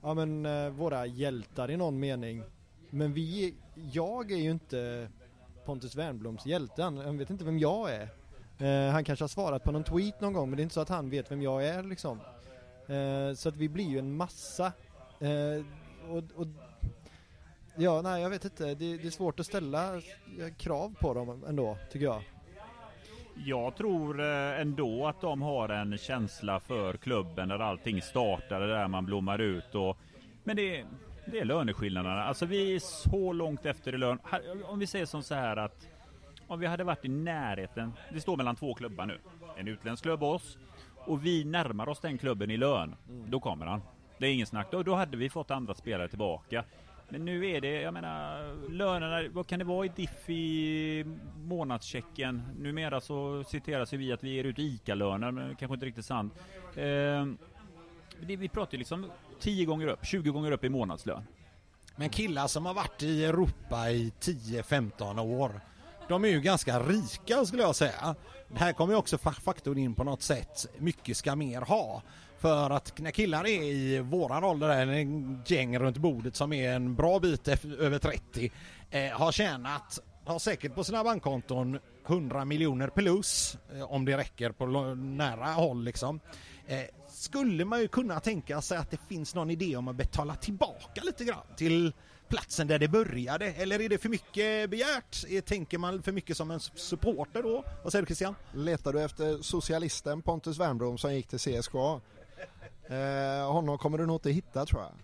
våra hjältar i någon mening. Men jag är ju inte Pontus Wernbloms hjälte. Han vet inte vem jag är. Han kanske har svarat på någon tweet någon gång, men det är inte så att han vet vem jag är liksom. Så att vi blir ju en massa. Och Ja, nej jag vet inte. Det är svårt att ställa krav på dem ändå, tycker jag. Jag tror ändå att de har en känsla för klubben där allting startar, där man blommar ut. Men det är löneskillnaderna. Alltså vi är så långt efter i lön. Om vi säger som så här att om vi hade varit i närheten, det står mellan 2 klubbar nu. En utländsk klubb och oss. Och vi närmar oss den klubben i lön. Då kommer han. Det är ingen snack. Då hade vi fått andra spelare tillbaka. Men nu är det, jag menar, lönerna, vad kan det vara i diff i månadschecken? Numera så citeras ju vi att vi ger ut ICA-löner, men kanske inte riktigt sant. Vi pratar ju liksom 10 gånger upp, 20 gånger upp i månadslön. Men killar som har varit i Europa i 10-15 år, de är ju ganska rika skulle jag säga. Det här kommer ju också faktorn in på något sätt. Mycket ska mer ha. För att när killar är i våran ålder, en gäng runt bordet som är en bra bit över 30, har säkert på sina bankkonton 100 miljoner plus, om det räcker på nära håll liksom. Skulle man ju kunna tänka sig att det finns någon idé om att betala tillbaka lite grann till platsen där det började, eller är det för mycket begärt? Tänker man för mycket som en supporter då? Vad säger du, Christian? Letar du efter socialisten Pontus Wernbloom som gick till CSKA? Honom kommer du nog inte hitta, tror jag.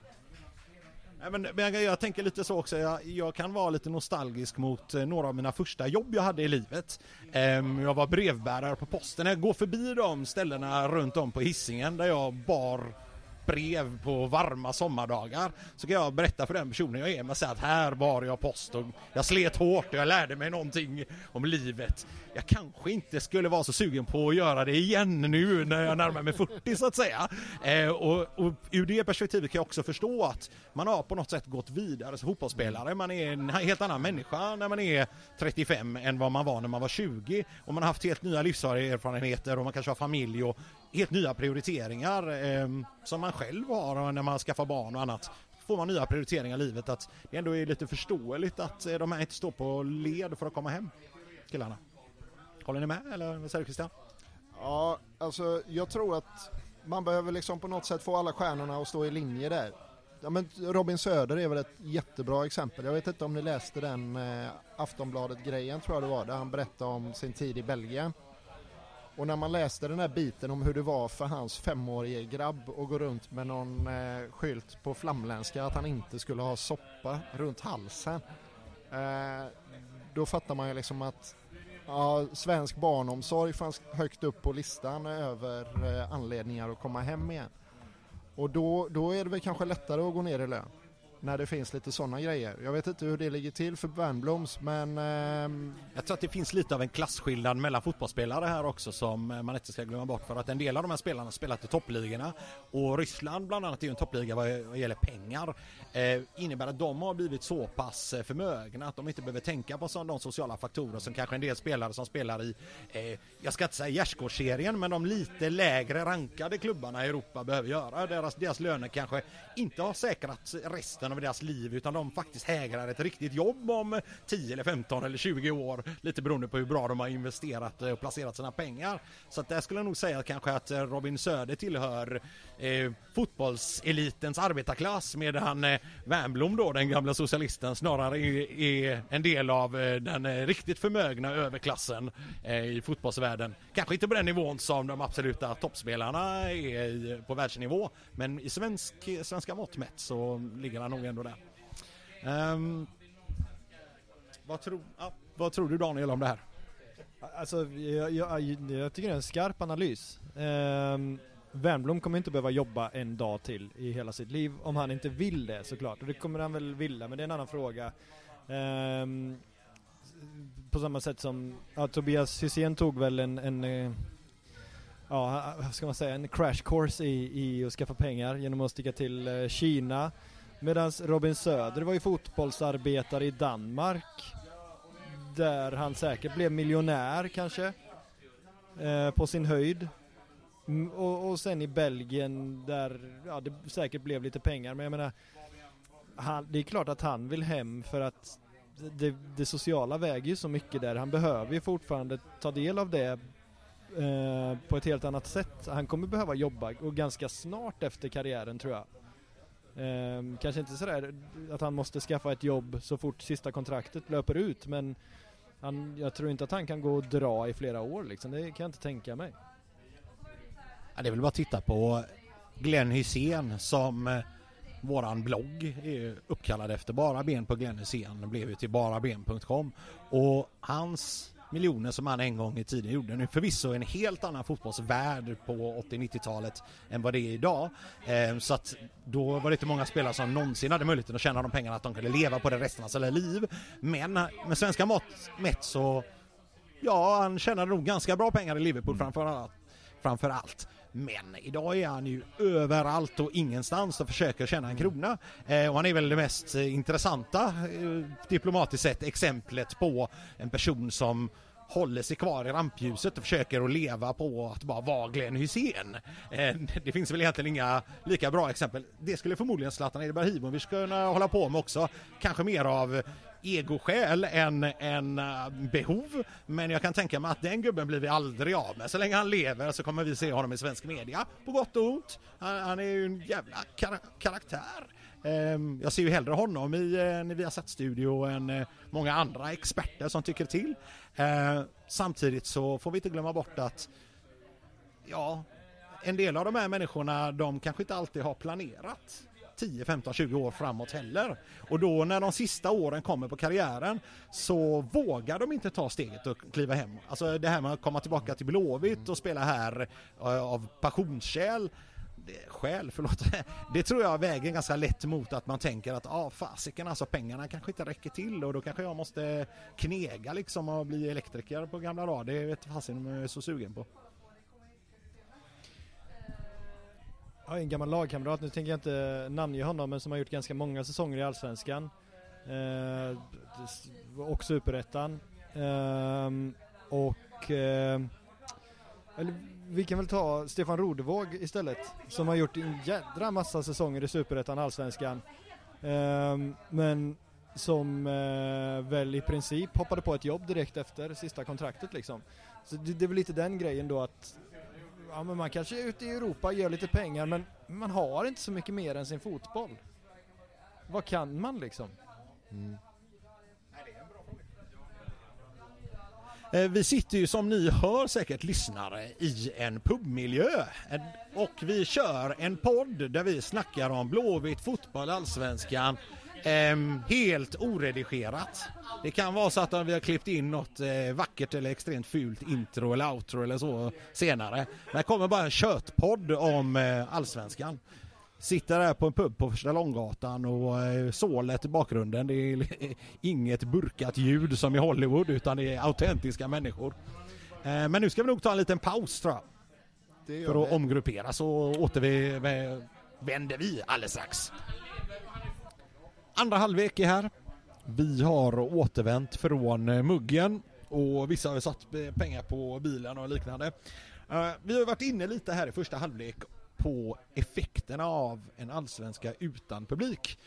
Men jag tänker lite så också, jag kan vara lite nostalgisk mot några av mina första jobb jag hade i livet. Jag var brevbärare på posten. Jag går förbi de ställena runt om på Hisingen där jag bar brev på varma sommardagar, så kan jag berätta för den personen jag är med, säga att här bar jag post och jag slet hårt och jag lärde mig någonting om livet. Jag kanske inte skulle vara så sugen på att göra det igen nu när jag närmar mig 40 så att säga. Och ur det perspektivet kan jag också förstå att man har på något sätt gått vidare som fotbollsspelare. Man är en helt annan människa när man är 35 än vad man var när man var 20, och man har haft helt nya livserfarenheter och man kanske har familj och helt nya prioriteringar som man själv har när man skaffar barn och annat. Får man nya prioriteringar i livet, att det ändå är lite förståeligt att de här inte står på led för att komma hem, killarna. Håller ni med, eller vad säger du, Christian? Ja, alltså jag tror att man behöver liksom på något sätt få alla stjärnorna att stå i linje där. Ja, men Robin Söder är väl ett jättebra exempel. Jag vet inte om ni läste den Aftonbladet-grejen, tror jag det var, där han berättade om sin tid i Belgien. Och när man läste den här biten om hur det var för hans 5-årige grabb att gå runt med någon skylt på flamländska att han inte skulle ha soppa runt halsen, då fattar man ju liksom att svensk barnomsorg fanns högt upp på listan över anledningar att komma hem igen. Och då är det väl kanske lättare att gå ner i lön när det finns lite sådana grejer. Jag vet inte hur det ligger till för Wernbloms, men jag tror att det finns lite av en klasskillnad mellan fotbollsspelare här också som man inte ska glömma bort, för att en del av de här spelarna har spelat i toppligorna, och Ryssland bland annat är ju en toppliga vad gäller pengar, innebär att de har blivit så pass förmögna att de inte behöver tänka på de sociala faktorer som kanske en del spelare som spelar i jag ska inte säga gärdsgårdsserien, men de lite lägre rankade klubbarna i Europa behöver göra. Deras löner kanske inte har säkrat resten av deras liv, utan de faktiskt hägrar ett riktigt jobb om 10 eller 15 eller 20 år, lite beroende på hur bra de har investerat och placerat sina pengar. Så att där skulle jag nog säga kanske att Robin Söder tillhör fotbollselitens arbetarklass, medan Wernbloom då, den gamla socialisten, snarare är en del av den riktigt förmögna överklassen i fotbollsvärlden. Kanske inte på den nivån som de absoluta toppspelarna är på världsnivå, men i svenska mått mätt så ligger han nog ändå där. Vad tror du, Daniel, om det här? Alltså, jag tycker det är en skarp analys. Wernbloom kommer inte behöva jobba en dag till i hela sitt liv om han inte vill det, såklart. Och det kommer han väl vilja, men det är en annan fråga. På samma sätt som Tobias Hysén tog väl vad ska man säga, en crash course i att skaffa pengar genom att sticka till Kina, medan Robin Söder var ju fotbollsarbetare i Danmark där han säkert blev miljonär kanske på sin höjd, och sen i Belgien där det säkert blev lite pengar, men jag menar det är klart att han vill hem för att det sociala väger ju så mycket där. Han behöver ju fortfarande ta del av det på ett helt annat sätt. Han kommer behöva jobba och ganska snart efter karriären, tror jag. Kanske inte sådär att han måste skaffa ett jobb så fort sista kontraktet löper ut, men jag tror inte att han kan gå och dra i flera år liksom. Det kan jag inte tänka mig. Ja, det är väl bara att titta på Glenn Hysén som våran blogg är uppkallad efter. Bara ben på Glenn Hysén blev ju till baraben.com, och hans miljoner som han en gång i tiden gjorde, nu förvisso en helt annan fotbollsvärld på 80-90-talet än vad det är idag, så att då var det inte många spelare som någonsin hade möjligheten att tjäna de pengarna att de kunde leva på det resten av sina liv, men med svenska mått mätt så ja, han tjänade nog ganska bra pengar i Liverpool framför allt. Men idag är han ju överallt och ingenstans och försöker tjäna en krona. Och han är väl det mest intressanta, diplomatiskt sett, exemplet på en person som håller sig kvar i rampljuset och försöker att leva på att bara vara Glenn Hysén. Det finns väl egentligen inga lika bra exempel. Det skulle förmodligen Zlatan Ibrahimovic kunna hålla på med också. Kanske mer av egoskäl än behov, men jag kan tänka mig att den gubben blir vi aldrig av med. Så länge han lever så kommer vi se honom i svensk media, på gott och ont. Han är ju en jävla karaktär. Jag ser ju hellre honom i en Viasat-studio än många andra experter som tycker till. Samtidigt så får vi inte glömma bort att ja, en del av de här människorna, de kanske inte alltid har planerat 10, 15, 20 år framåt heller. Och då när de sista åren kommer på karriären så vågar de inte ta steget och kliva hem. Alltså det här med att komma tillbaka till Blåvitt och spela här av passionsskäl, det tror jag väger ganska lätt mot att man tänker att fasiken, alltså pengarna kanske inte räcker till och då kanske jag måste knega liksom och bli elektriker på gamla dagar. Det vet fasiken jag är så sugen på. Ja, en gammal lagkamrat, nu tänker jag inte namnge honom, men som har gjort ganska många säsonger i Allsvenskan och Superettan, eller vi kan väl ta Stefan Rodevåg istället, som har gjort en jädra massa säsonger i Superettan, Allsvenskan, men som väl i princip hoppade på ett jobb direkt efter sista kontraktet liksom. Så det är väl lite den grejen då, att ja, men man kanske är ute i Europa, gör lite pengar, men man har inte så mycket mer än sin fotboll. Vad kan man liksom? Vi sitter ju, som ni hör säkert lyssnare, i en pubmiljö och vi kör en podd där vi snackar om Blåvitt, fotboll, Allsvenskan, helt oredigerat. Det kan vara så att vi har klippt in något vackert eller extremt fult intro eller outro eller så senare. Men det kommer bara en köttpodd om Allsvenskan. Sitter där på en pub på Första Långgatan och sålet i bakgrunden. Det är inget burkat ljud som i Hollywood, utan det är autentiska människor. Men nu ska vi nog ta en liten paus, tror jag. För att omgruppera, så återvänder vi alldeles strax. Andra halvlek är här. Vi har återvänt från muggen och vissa har satt pengar på bilen och liknande. Vi har varit inne lite här i första halvlek på effekterna av en allsvenska utan publik.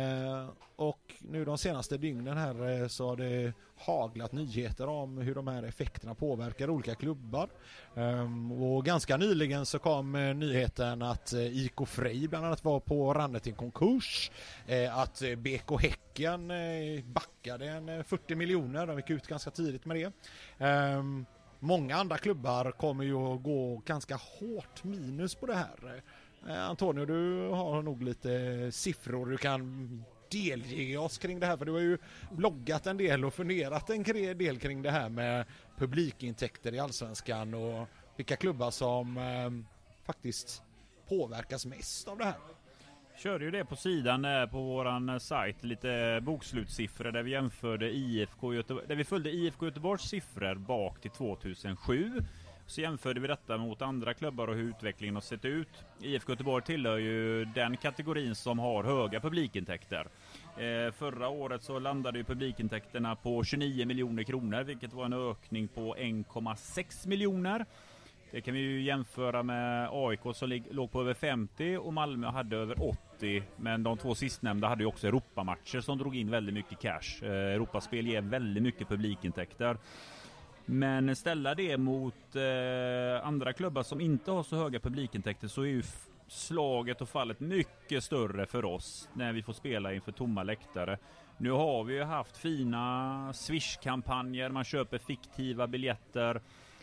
Och nu de senaste dygnen här så har det haglat nyheter om hur de här effekterna påverkar olika klubbar. Och ganska nyligen så kom nyheten att IK Frej bland annat var på randen till konkurs. Att BK Häcken backade en 40 miljoner. De gick ut ganska tidigt med det. Många andra klubbar kommer ju att gå ganska hårt minus på det här. Antonio, du har nog lite siffror du kan delge oss kring det här, för du har ju bloggat en del och funderat en del kring det här med publikintäkter i Allsvenskan och vilka klubbar som faktiskt påverkas mest av det här. Körde ju det på sidan på våran sajt, lite bokslutssiffror där vi jämförde IFK Göteborg, där vi följde IFK Göteborgs siffror bak till 2007. Så jämförde vi detta mot andra klubbar och hur utvecklingen har sett ut. IFK Göteborg tillhör ju den kategorin som har höga publikintäkter. Förra året så landade ju publikintäkterna på 29 miljoner kronor, vilket var en ökning på 1,6 miljoner. Det kan vi ju jämföra med AIK som låg på över 50 och Malmö hade över 80. Men de två sistnämnda hade ju också Europamatcher som drog in väldigt mycket cash. Europaspel ger väldigt mycket publikintäkter. Men ställa det mot andra klubbar som inte har så höga publikintäkter, så är ju slaget och fallet mycket större för oss när vi får spela inför tomma läktare. Nu har vi ju haft fina Swish-kampanjer, man köper fiktiva biljetter,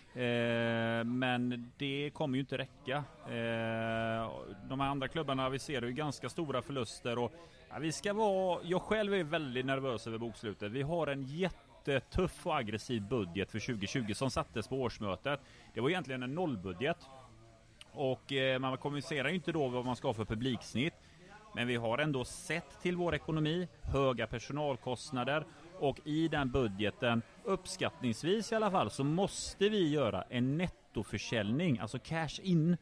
men det kommer ju inte räcka. De här andra klubbarna aviserar ju ganska stora förluster och jag själv är väldigt nervös över bokslutet. Vi har en jättetuff och aggressiv budget för 2020 som sattes på årsmötet. Det var egentligen en nollbudget. Och man kommunicerar ju inte då vad man ska ha för publiksnitt. Men vi har ändå sett till vår ekonomi, höga personalkostnader, och i den budgeten, uppskattningsvis i alla fall, så måste vi göra en nettoförsäljning, alltså cash in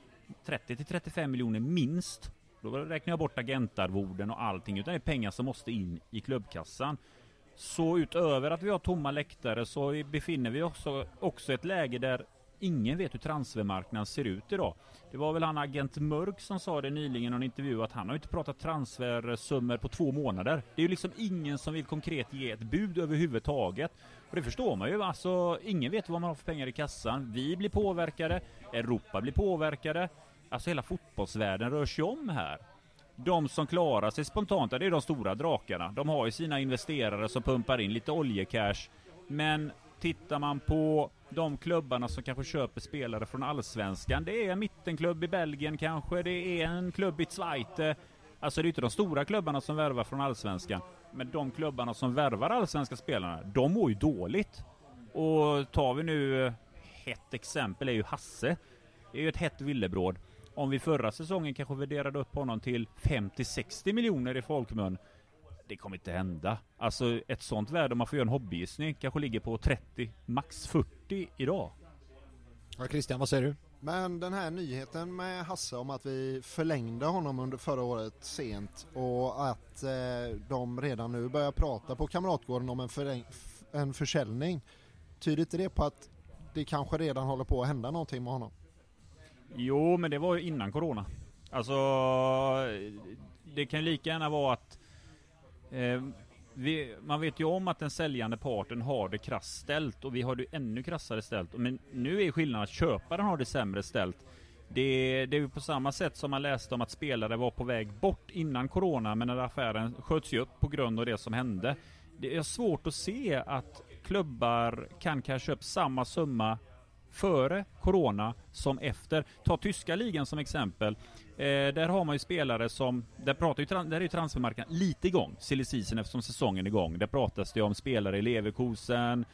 30-35 miljoner minst. Då räknar jag bort agentarvoden och allting, utan det är pengar som måste in i klubbkassan. Så utöver att vi har tomma läktare så befinner vi också ett läge där ingen vet hur transfermarknaden ser ut idag. Det var väl han agent Mörk som sa det nyligen i någon intervju att han har inte pratat transfersummor på 2 månader. Det är ju liksom ingen som vill konkret ge ett bud överhuvudtaget. Och det förstår man ju. Alltså, ingen vet vad man har för pengar i kassan. Vi blir påverkade. Europa blir påverkade. Alltså hela fotbollsvärlden rör sig om här. De som klarar sig spontant, det är de stora drakarna. De har ju sina investerare som pumpar in lite oljecash. Men tittar man på de klubbarna som kanske köper spelare från Allsvenskan, det är en mittenklubb i Belgien kanske, det är en klubb i Zweite. Alltså det är inte de stora klubbarna som värvar från Allsvenskan, men de klubbarna som värvar allsvenska spelarna, de mår ju dåligt. Och tar vi nu ett exempel är ju Hasse. Det är ju ett hett villebråd. Om vi förra säsongen kanske värderade upp honom till 50-60 miljoner i folkmun, det kommer inte hända. Alltså ett sånt värde, om man får göra en hobbygissning, kanske ligger på 30, max 40 idag. Ja, Christian, vad säger du? Men den här nyheten med Hasse om att vi förlängde honom under förra året sent och att de redan nu börjar prata på Kamratgården om en försäljning, tyder inte det på att det kanske redan håller på att hända någonting med honom? Jo, men det var ju innan corona. Alltså det kan lika gärna vara att man vet ju om att den säljande parten har det krasst ställt, och vi har det ännu krassare ställt. Men nu är skillnaden att köparen har det sämre ställt. Det är ju på samma sätt som man läste om att spelare var på väg bort innan corona, men när affären sköts ju upp på grund av det som hände. Det är svårt att se att klubbar kan kanske upp samma summa före corona som efter. Ta tyska ligan som exempel. Där har man ju spelare som, där är ju transfermarknaden lite igång, silly season, eftersom säsongen är igång. Där pratas det om spelare i Leverkusen,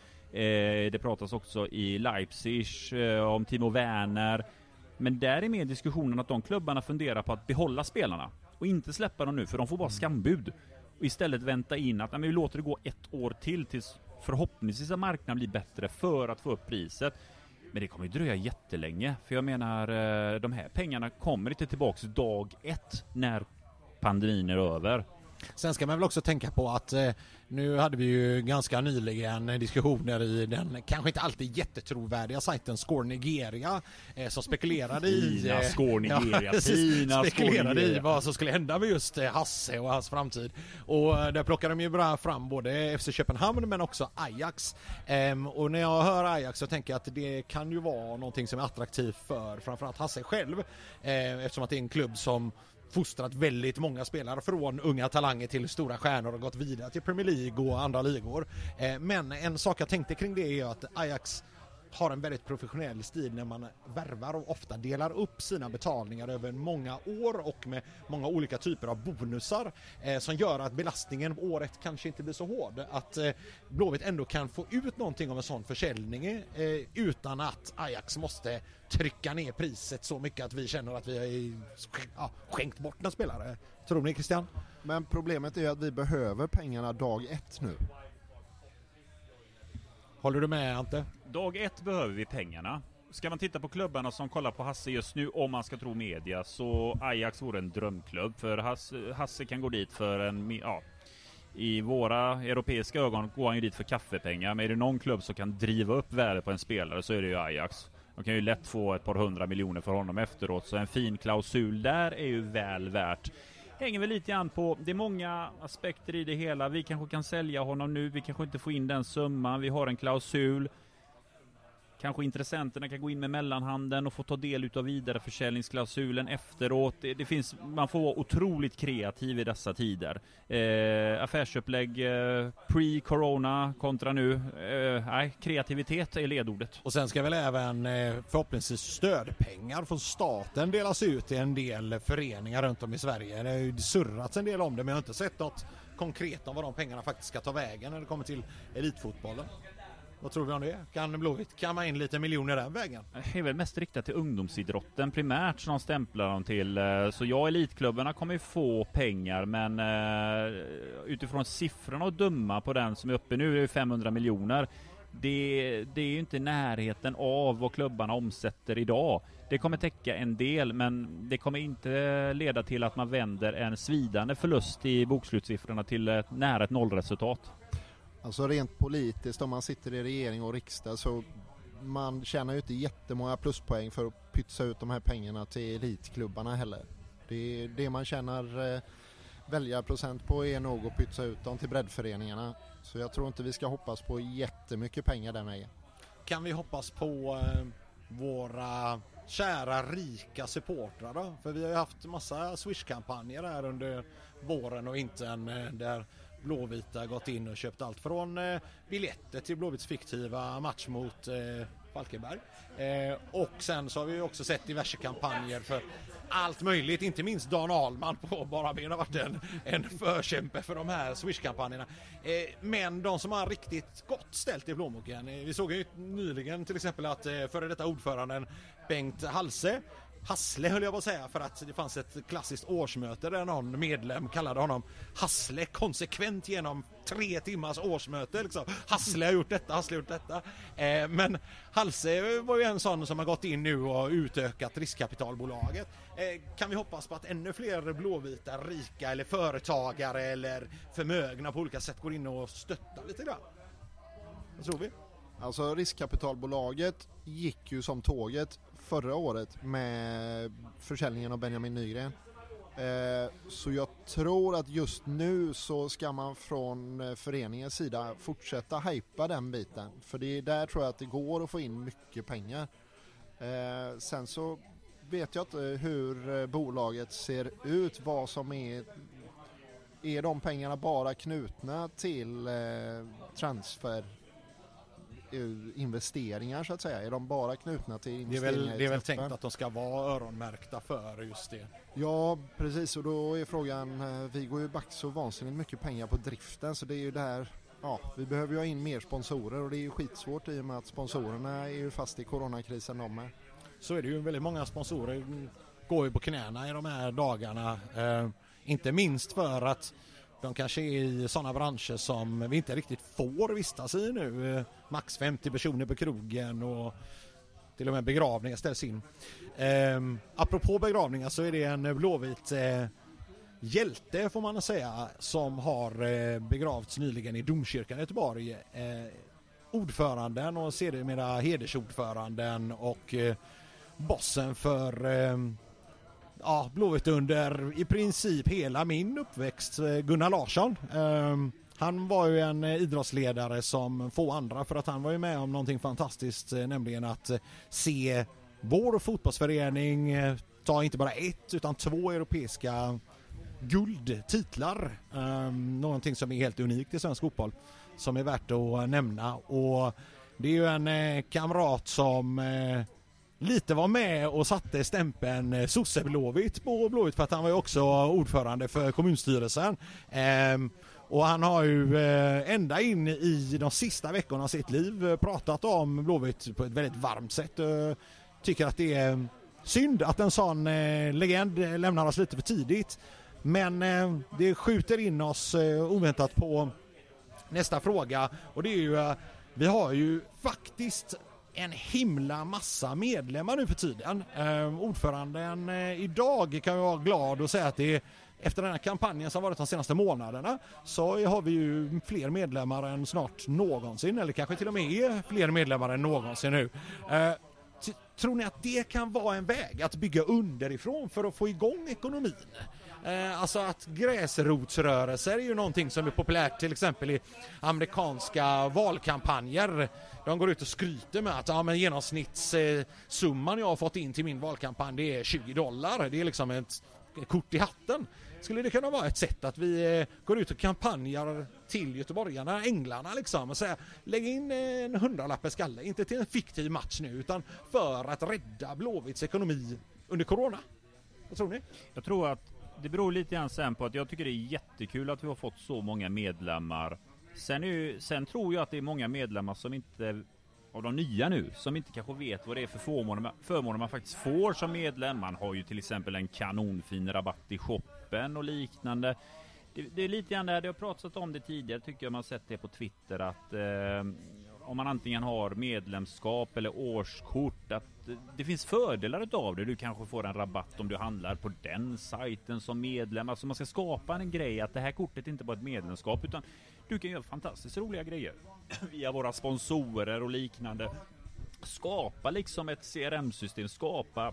det pratas också i Leipzig om Timo Werner. Men där är med diskussionen att de klubbarna funderar på att behålla spelarna och inte släppa dem nu, för de får bara skambud. Och istället vänta in att vi låter det gå 1 år till tills förhoppningsvis att marknaden blir bättre för att få upp priset. Men det kommer ju dröja jättelänge. För jag menar, de här pengarna kommer inte tillbaka dag 1 när pandemin är över. Sen ska man väl också tänka på att nu hade vi ju ganska nyligen diskussioner i den kanske inte alltid jättetrovärdiga sajten Score Nigeria som spekulerade i Score Nigeria, spekulerade i vad som skulle hända med just Hasse och hans framtid. Och där plockade de ju bra fram både FC Köpenhamn men också Ajax. Och när jag hör Ajax så tänker jag att det kan ju vara någonting som är attraktivt för framförallt Hasse själv, eftersom att det är en klubb som fostrat väldigt många spelare från unga talanger till stora stjärnor och gått vidare till Premier League och andra ligor. Men en sak jag tänkte kring det är att Ajax har en väldigt professionell stil när man värvar och ofta delar upp sina betalningar över många år och med många olika typer av bonusar som gör att belastningen året kanske inte blir så hård. Att Blåvitt ändå kan få ut någonting av en sån försäljning utan att Ajax måste trycka ner priset så mycket att vi känner att vi har skänkt bort en spelare. Tror ni, Christian? Men problemet är att vi behöver pengarna dag 1 nu. Håller du med, Ante? Dag 1 behöver vi pengarna. Ska man titta på klubbarna som kollar på Hasse just nu, om man ska tro media, så Ajax vore en drömklubb. För Hasse kan gå dit för i våra europeiska ögon går han ju dit för kaffepengar. Men är det någon klubb som kan driva upp värde på en spelare så är det ju Ajax. De kan ju lätt få ett par 100 miljoner för honom efteråt. Så en fin klausul där är ju väl värt. Hänger väl lite grann på, det är många aspekter i det hela. Vi kanske kan sälja honom nu, vi kanske inte får in den summan, vi har en klausul. Kanske intressenterna kan gå in med mellanhanden och få ta del utav vidareförsäljningsklausulen efteråt. Det finns, man får vara otroligt kreativ i dessa tider. Affärsupplägg pre-corona kontra nu. Nej, kreativitet är ledordet. Och sen ska väl även förhoppningsvis stödpengar från staten delas ut till en del föreningar runt om i Sverige. Det har ju surrats en del om det, men jag har inte sett något konkret om vad de pengarna faktiskt ska ta vägen när det kommer till elitfotbollen. Vad tror vi om det? Kan Blåvitt kamma in lite miljoner den vägen? Det är väl mest riktat till ungdomsidrotten primärt som de stämplar dem till. Så ja, elitklubbarna kommer ju få pengar, men utifrån siffrorna att döma på den som är uppe nu är det 500 miljoner. Det är ju inte närheten av vad klubbarna omsätter idag. Det kommer täcka en del, men det kommer inte leda till att man vänder en svidande förlust i bokslutssiffrorna till nära ett nollresultat. Alltså rent politiskt, om man sitter i regering och riksdag, så man tjänar ju inte jättemånga pluspoäng för att pytsa ut de här pengarna till elitklubbarna heller. Det man tjänar väljarprocent på är nog att pytsa ut dem till breddföreningarna. Så jag tror inte vi ska hoppas på jättemycket pengar den vägen. Kan vi hoppas på våra kära rika supportrar då? För vi har ju haft massa Swish-kampanjer här under våren och vintern där Blåvita gått in och köpt allt från biljetter till Blåvitts fiktiva match mot Falkenberg. Och sen så har vi också sett diverse kampanjer för allt möjligt, inte minst Dan Ahlman på Bara Ben har varit en förkämpe för de här Swish-kampanjerna. Men de som har riktigt gott ställt i plånboken, vi såg ju nyligen till exempel att före detta ordföranden Bengt Hassle höll jag på att säga, för att det fanns ett klassiskt årsmöte där någon medlem kallade honom Hassle konsekvent genom 3 timmars årsmöte liksom. Hassle har gjort detta, Hassle har gjort detta. Men Halse var ju en sån som har gått in nu och utökat riskkapitalbolaget. Kan vi hoppas på att ännu fler blåvita rika eller företagare eller förmögna på olika sätt går in och stöttar lite grann? Vad tror vi? Alltså riskkapitalbolaget gick ju som tåget förra året med försäljningen av Benjamin Nygren. Så jag tror att just nu så ska man från föreningens sida fortsätta hypa den biten. För det är där tror jag att det går att få in mycket pengar. Sen så vet jag inte hur bolaget ser ut, vad som är de pengarna bara knutna till transfer investeringar så att säga? Är de bara knutna till investeringar? Det är väl tänkt att de ska vara öronmärkta för just det. Ja, precis, och då är frågan, vi går ju back så vansinnigt mycket pengar på driften, så det är ju där, ja, vi behöver ju ha in mer sponsorer och det är ju skitsvårt i och med att sponsorerna är ju fast i coronakrisen de är. Så är det ju, väldigt många sponsorer går ju på knäna i de här dagarna, inte minst för att de kanske är i sådana branscher som vi inte riktigt får vistas i nu. Max 50 personer på krogen och till och med begravningar ställs in. Apropå begravningar så är det en blåvit hjälte får man säga som har begravts nyligen i domkyrkan i Göteborg. Ordföranden och sedermera hedersordföranden och bossen för Blåvitt under i princip hela min uppväxt, Gunnar Larsson. Han var ju en idrottsledare som få andra, för att han var ju med om någonting fantastiskt, nämligen att se vår fotbollsförening ta inte bara 1 utan 2 europeiska guldtitlar. Någonting som är helt unikt i svensk fotboll som är värt att nämna, och det är ju en kamrat som lite var med och satte stämpeln Sosseblåvitt på Blåvitt, för att han var ju också ordförande för kommunstyrelsen. Och han har ju ända in i de sista veckorna av sitt liv pratat om Blåvitt på ett väldigt varmt sätt. Tycker att det är synd att en sån legend lämnar oss lite för tidigt. Men det skjuter in oss oväntat på nästa fråga, och det är ju vi har ju faktiskt en himla massa medlemmar nu för tiden. Ordföranden idag kan ju vara glad och säga att det är, efter den här kampanjen som varit de senaste månaderna, så har vi ju fler medlemmar än snart någonsin, eller kanske till och med fler medlemmar än någonsin nu. Tror ni att det kan vara en väg att bygga underifrån för att få igång ekonomin? Alltså att gräsrotsrörelser är ju någonting som är populärt till exempel i amerikanska valkampanjer. De går ut och skryter med att men genomsnittssumman jag har fått in till min valkampanj det är $20. Det är liksom ett kort i hatten. Skulle det kunna vara ett sätt att vi går ut och kampanjar till göteborgarna, änglarna liksom, och säga lägg in en 100-lapp per skalle, inte till en fiktiv match nu utan för att rädda Blåvitts ekonomi under corona? Vad tror ni? Jag tror att det beror lite grann sen på att jag tycker det är jättekul att vi har fått så många medlemmar. Sen tror jag att det är många medlemmar som inte, av de nya nu, som inte kanske vet vad det är för förmåner man faktiskt får som medlem. Man har ju till exempel en kanonfin rabatt i shoppen och liknande. Det är lite grann det har pratat om det tidigare, tycker jag man sett det på Twitter, att om man antingen har medlemskap eller årskort, att det finns fördelar utav det. Du kanske får en rabatt om du handlar på den sajten som medlem. Alltså man ska skapa en grej att det här kortet inte bara är ett medlemskap, utan du kan göra fantastiskt roliga grejer via våra sponsorer och liknande. Skapa liksom ett CRM-system, skapa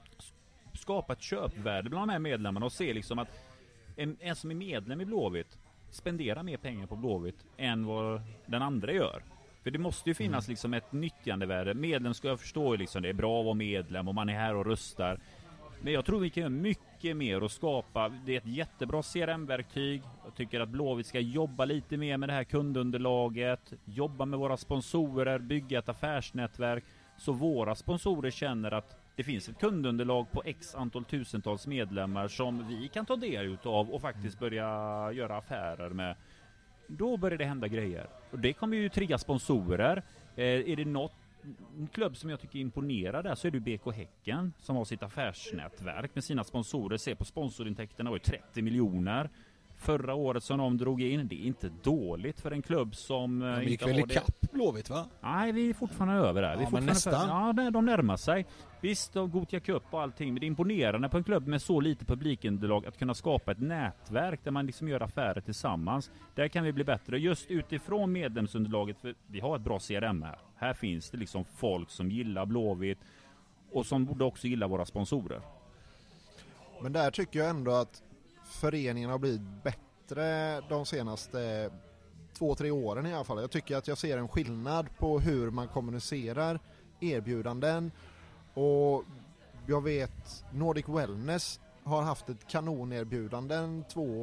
ett köpvärde bland de här medlemmarna och se liksom att en som är medlem i Blåvitt spenderar mer pengar på Blåvitt än vad den andra gör. För det måste ju finnas liksom ett nyttjandevärde. Medlem ska jag förstå liksom, det är bra att vara medlem och man är här och röstar. Men jag tror vi kan göra mycket mer och skapa. Det är ett jättebra CRM-verktyg. Jag tycker att Blåvitt ska jobba lite mer med det här kundunderlaget. Jobba med våra sponsorer, bygga ett affärsnätverk. Så våra sponsorer känner att det finns ett kundunderlag på x antal tusentals medlemmar som vi kan ta del utav och faktiskt börja göra affärer med. Då börjar det hända grejer. Och det kommer ju trigga sponsorer. Är det något klubb som jag tycker imponerar där, så är det BK Häcken som har sitt affärsnätverk med sina sponsorer. Se på sponsorintäkterna var ju 30 miljoner förra året som de drog in. Det är inte dåligt för en klubb som de gick väl i kapp Blåvitt, va? Nej, vi är fortfarande över där. Men nästan. Ja, de närmar sig. Visst, och Gothia Cup och allting, men det är imponerande på en klubb med så lite publikunderlag att kunna skapa ett nätverk där man liksom gör affärer tillsammans. Där kan vi bli bättre. Just utifrån medlemsunderlaget, för vi har ett bra CRM här. Här finns det liksom folk som gillar Blåvitt och som borde också gilla våra sponsorer. Men där tycker jag ändå att föreningen har blivit bättre de senaste 2-3 åren i alla fall. Jag tycker att jag ser en skillnad på hur man kommunicerar erbjudanden, och jag vet Nordic Wellness har haft ett kanonerbjudanden.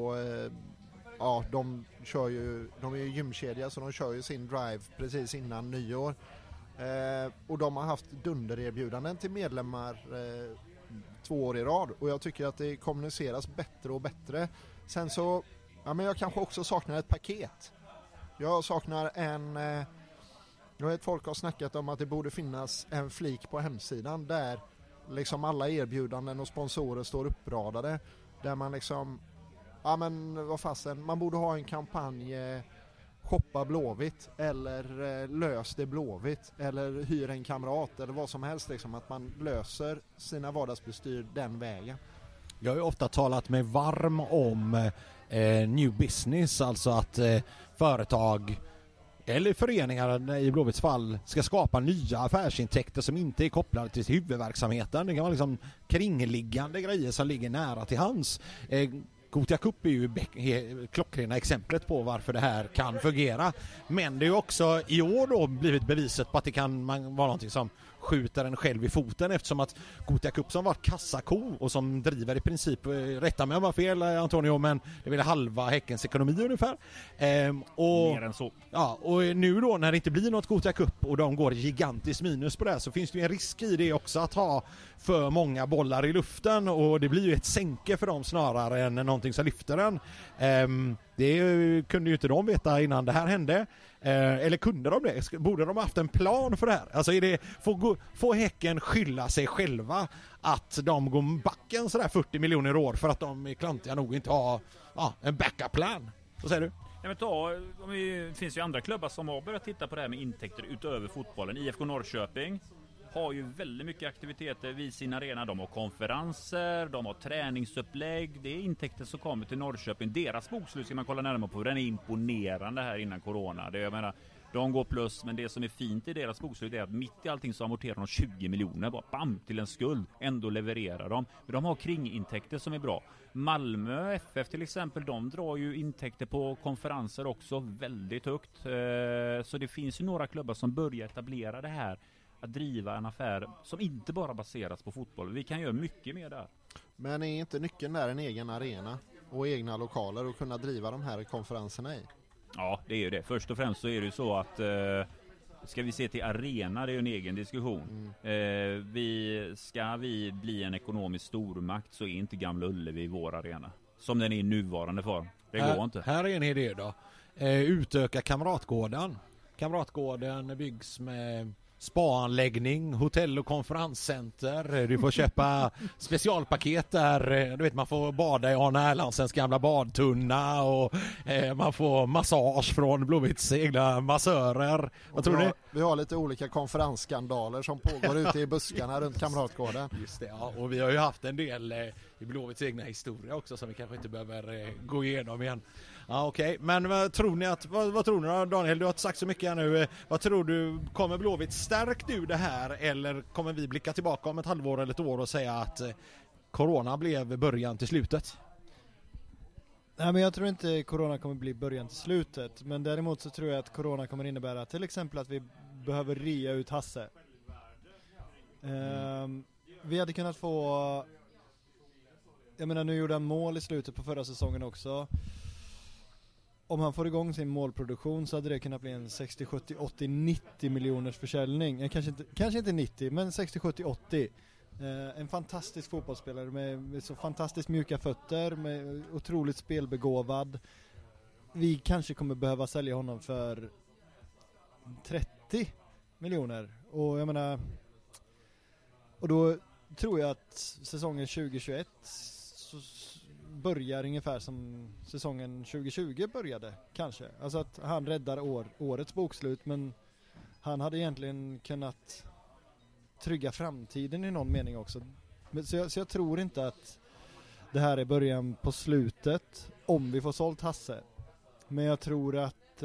De är ju gymkedja, så de kör ju sin drive precis innan nyår. Och de har haft dundererbjudanden till medlemmar 2 år i rad, och jag tycker att det kommuniceras bättre och bättre. Sen så, men jag kanske också saknar ett paket. Jag saknar jag vet folk har snackat om att det borde finnas en flik på hemsidan där liksom alla erbjudanden och sponsorer står uppradade, där man liksom, man borde ha en kampanj, shoppa Blåvitt eller lös det Blåvitt eller hyr en kamrat eller vad som helst, liksom, att man löser sina vardagsbestyr den vägen. Jag har ju ofta talat mig varm om new business, alltså att företag eller föreningar i Blåvitts fall ska skapa nya affärsintäkter som inte är kopplade till huvudverksamheten. Det kan vara liksom kringliggande grejer som ligger nära till hands. Gothia Cup är ju klockrena exemplet på varför det här kan fungera. Men det är ju också i år då blivit beviset på att det kan vara någonting som skjuter en själv i foten, eftersom att Gothia Cup som varit kassako och som driver i princip, rätta mig om jag har fel Antonio, men det är väl halva Häckens ekonomi ungefär. Mer än så. Ja, och nu då när det inte blir något Gothia Cup och de går gigantiskt minus på det, så finns det ju en risk i det också att ha för många bollar i luften, och det blir ju ett sänke för dem snarare än någonting som lyfter den. Det kunde ju inte de veta innan det här hände. Eller kunde de det? Borde de ha haft en plan för det här? Alltså får Häcken skylla sig själva att de går backen sådär 40 miljoner år för att de är klantiga nog inte har en backup-plan? Vad säger du? Det finns ju andra klubbar som har börjat titta på det här med intäkter utöver fotbollen. IFK Norrköping har ju väldigt mycket aktiviteter vid sin arena. De har konferenser, de har träningsupplägg. Det är intäkter som kommer till Norrköping. Deras bokslut ska man kolla närmare på. Den är imponerande här innan corona. Jag menar, De går plus, men det som är fint i deras bokslut är att mitt i allting så amorterar de 20 miljoner bara bam, till en skuld. Ändå levererar de. Men de har kringintäkter som är bra. Malmö FF till exempel, de drar ju intäkter på konferenser också väldigt högt. Så det finns ju några klubbar som börjar etablera det här. Att driva en affär som inte bara baseras på fotboll. Vi kan göra mycket mer där. Men är inte nyckeln där en egen arena och egna lokaler och kunna driva de här konferenserna i? Ja, det är ju det. Först och främst så är det ju så att ska vi se till arena, det är ju en egen diskussion. Ska vi bli en ekonomisk stormakt så är inte Gamla Ullevi vår arena. Som den är i nuvarande form. Det går inte. Här är en idé då. Utöka Kamratgården. Kamratgården byggs med spaanläggning, hotell- och konferenscenter. Du får köpa specialpaket där. Du vet, man får bada i Arne Erlandsens gamla badtunna och man får massage från Blåvitts egna massörer. Vad tror du? Vi har lite olika konferensskandaler som pågår ute i buskarna runt Kamratgården. Just det, ja. Och vi har ju haft en del i Blåvitts egna historia också som vi kanske inte behöver gå igenom igen. Ja, okej. Men vad tror ni då, Daniel? Du har inte sagt så mycket här nu. Vad tror du? Kommer Blåvitt stärkt ur det här eller kommer vi blicka tillbaka om ett halvår eller ett år och säga att corona blev början till slutet? Nej, men jag tror inte corona kommer bli början till slutet. Men däremot så tror jag att corona kommer innebära till exempel att vi behöver rea ut Hasse. Vi hade kunnat få... Jag menar, nu gjorde han mål i slutet på förra säsongen också. Om han får igång sin målproduktion så hade det kunnat bli en 60, 70, 80, 90 miljoners försäljning. Kanske inte 90, men 60, 70, 80. En fantastisk fotbollsspelare med så fantastiskt mjuka fötter, med otroligt spelbegåvad. Vi kanske kommer behöva sälja honom för 30 miljoner. Och jag menar... Och då tror jag att säsongen 2021 så börjar ungefär som säsongen 2020 började, kanske. Alltså att han räddar årets bokslut, men han hade egentligen kunnat trygga framtiden i någon mening också. Så jag tror inte att det här är början på slutet om vi får sålt Hasse. Men jag tror att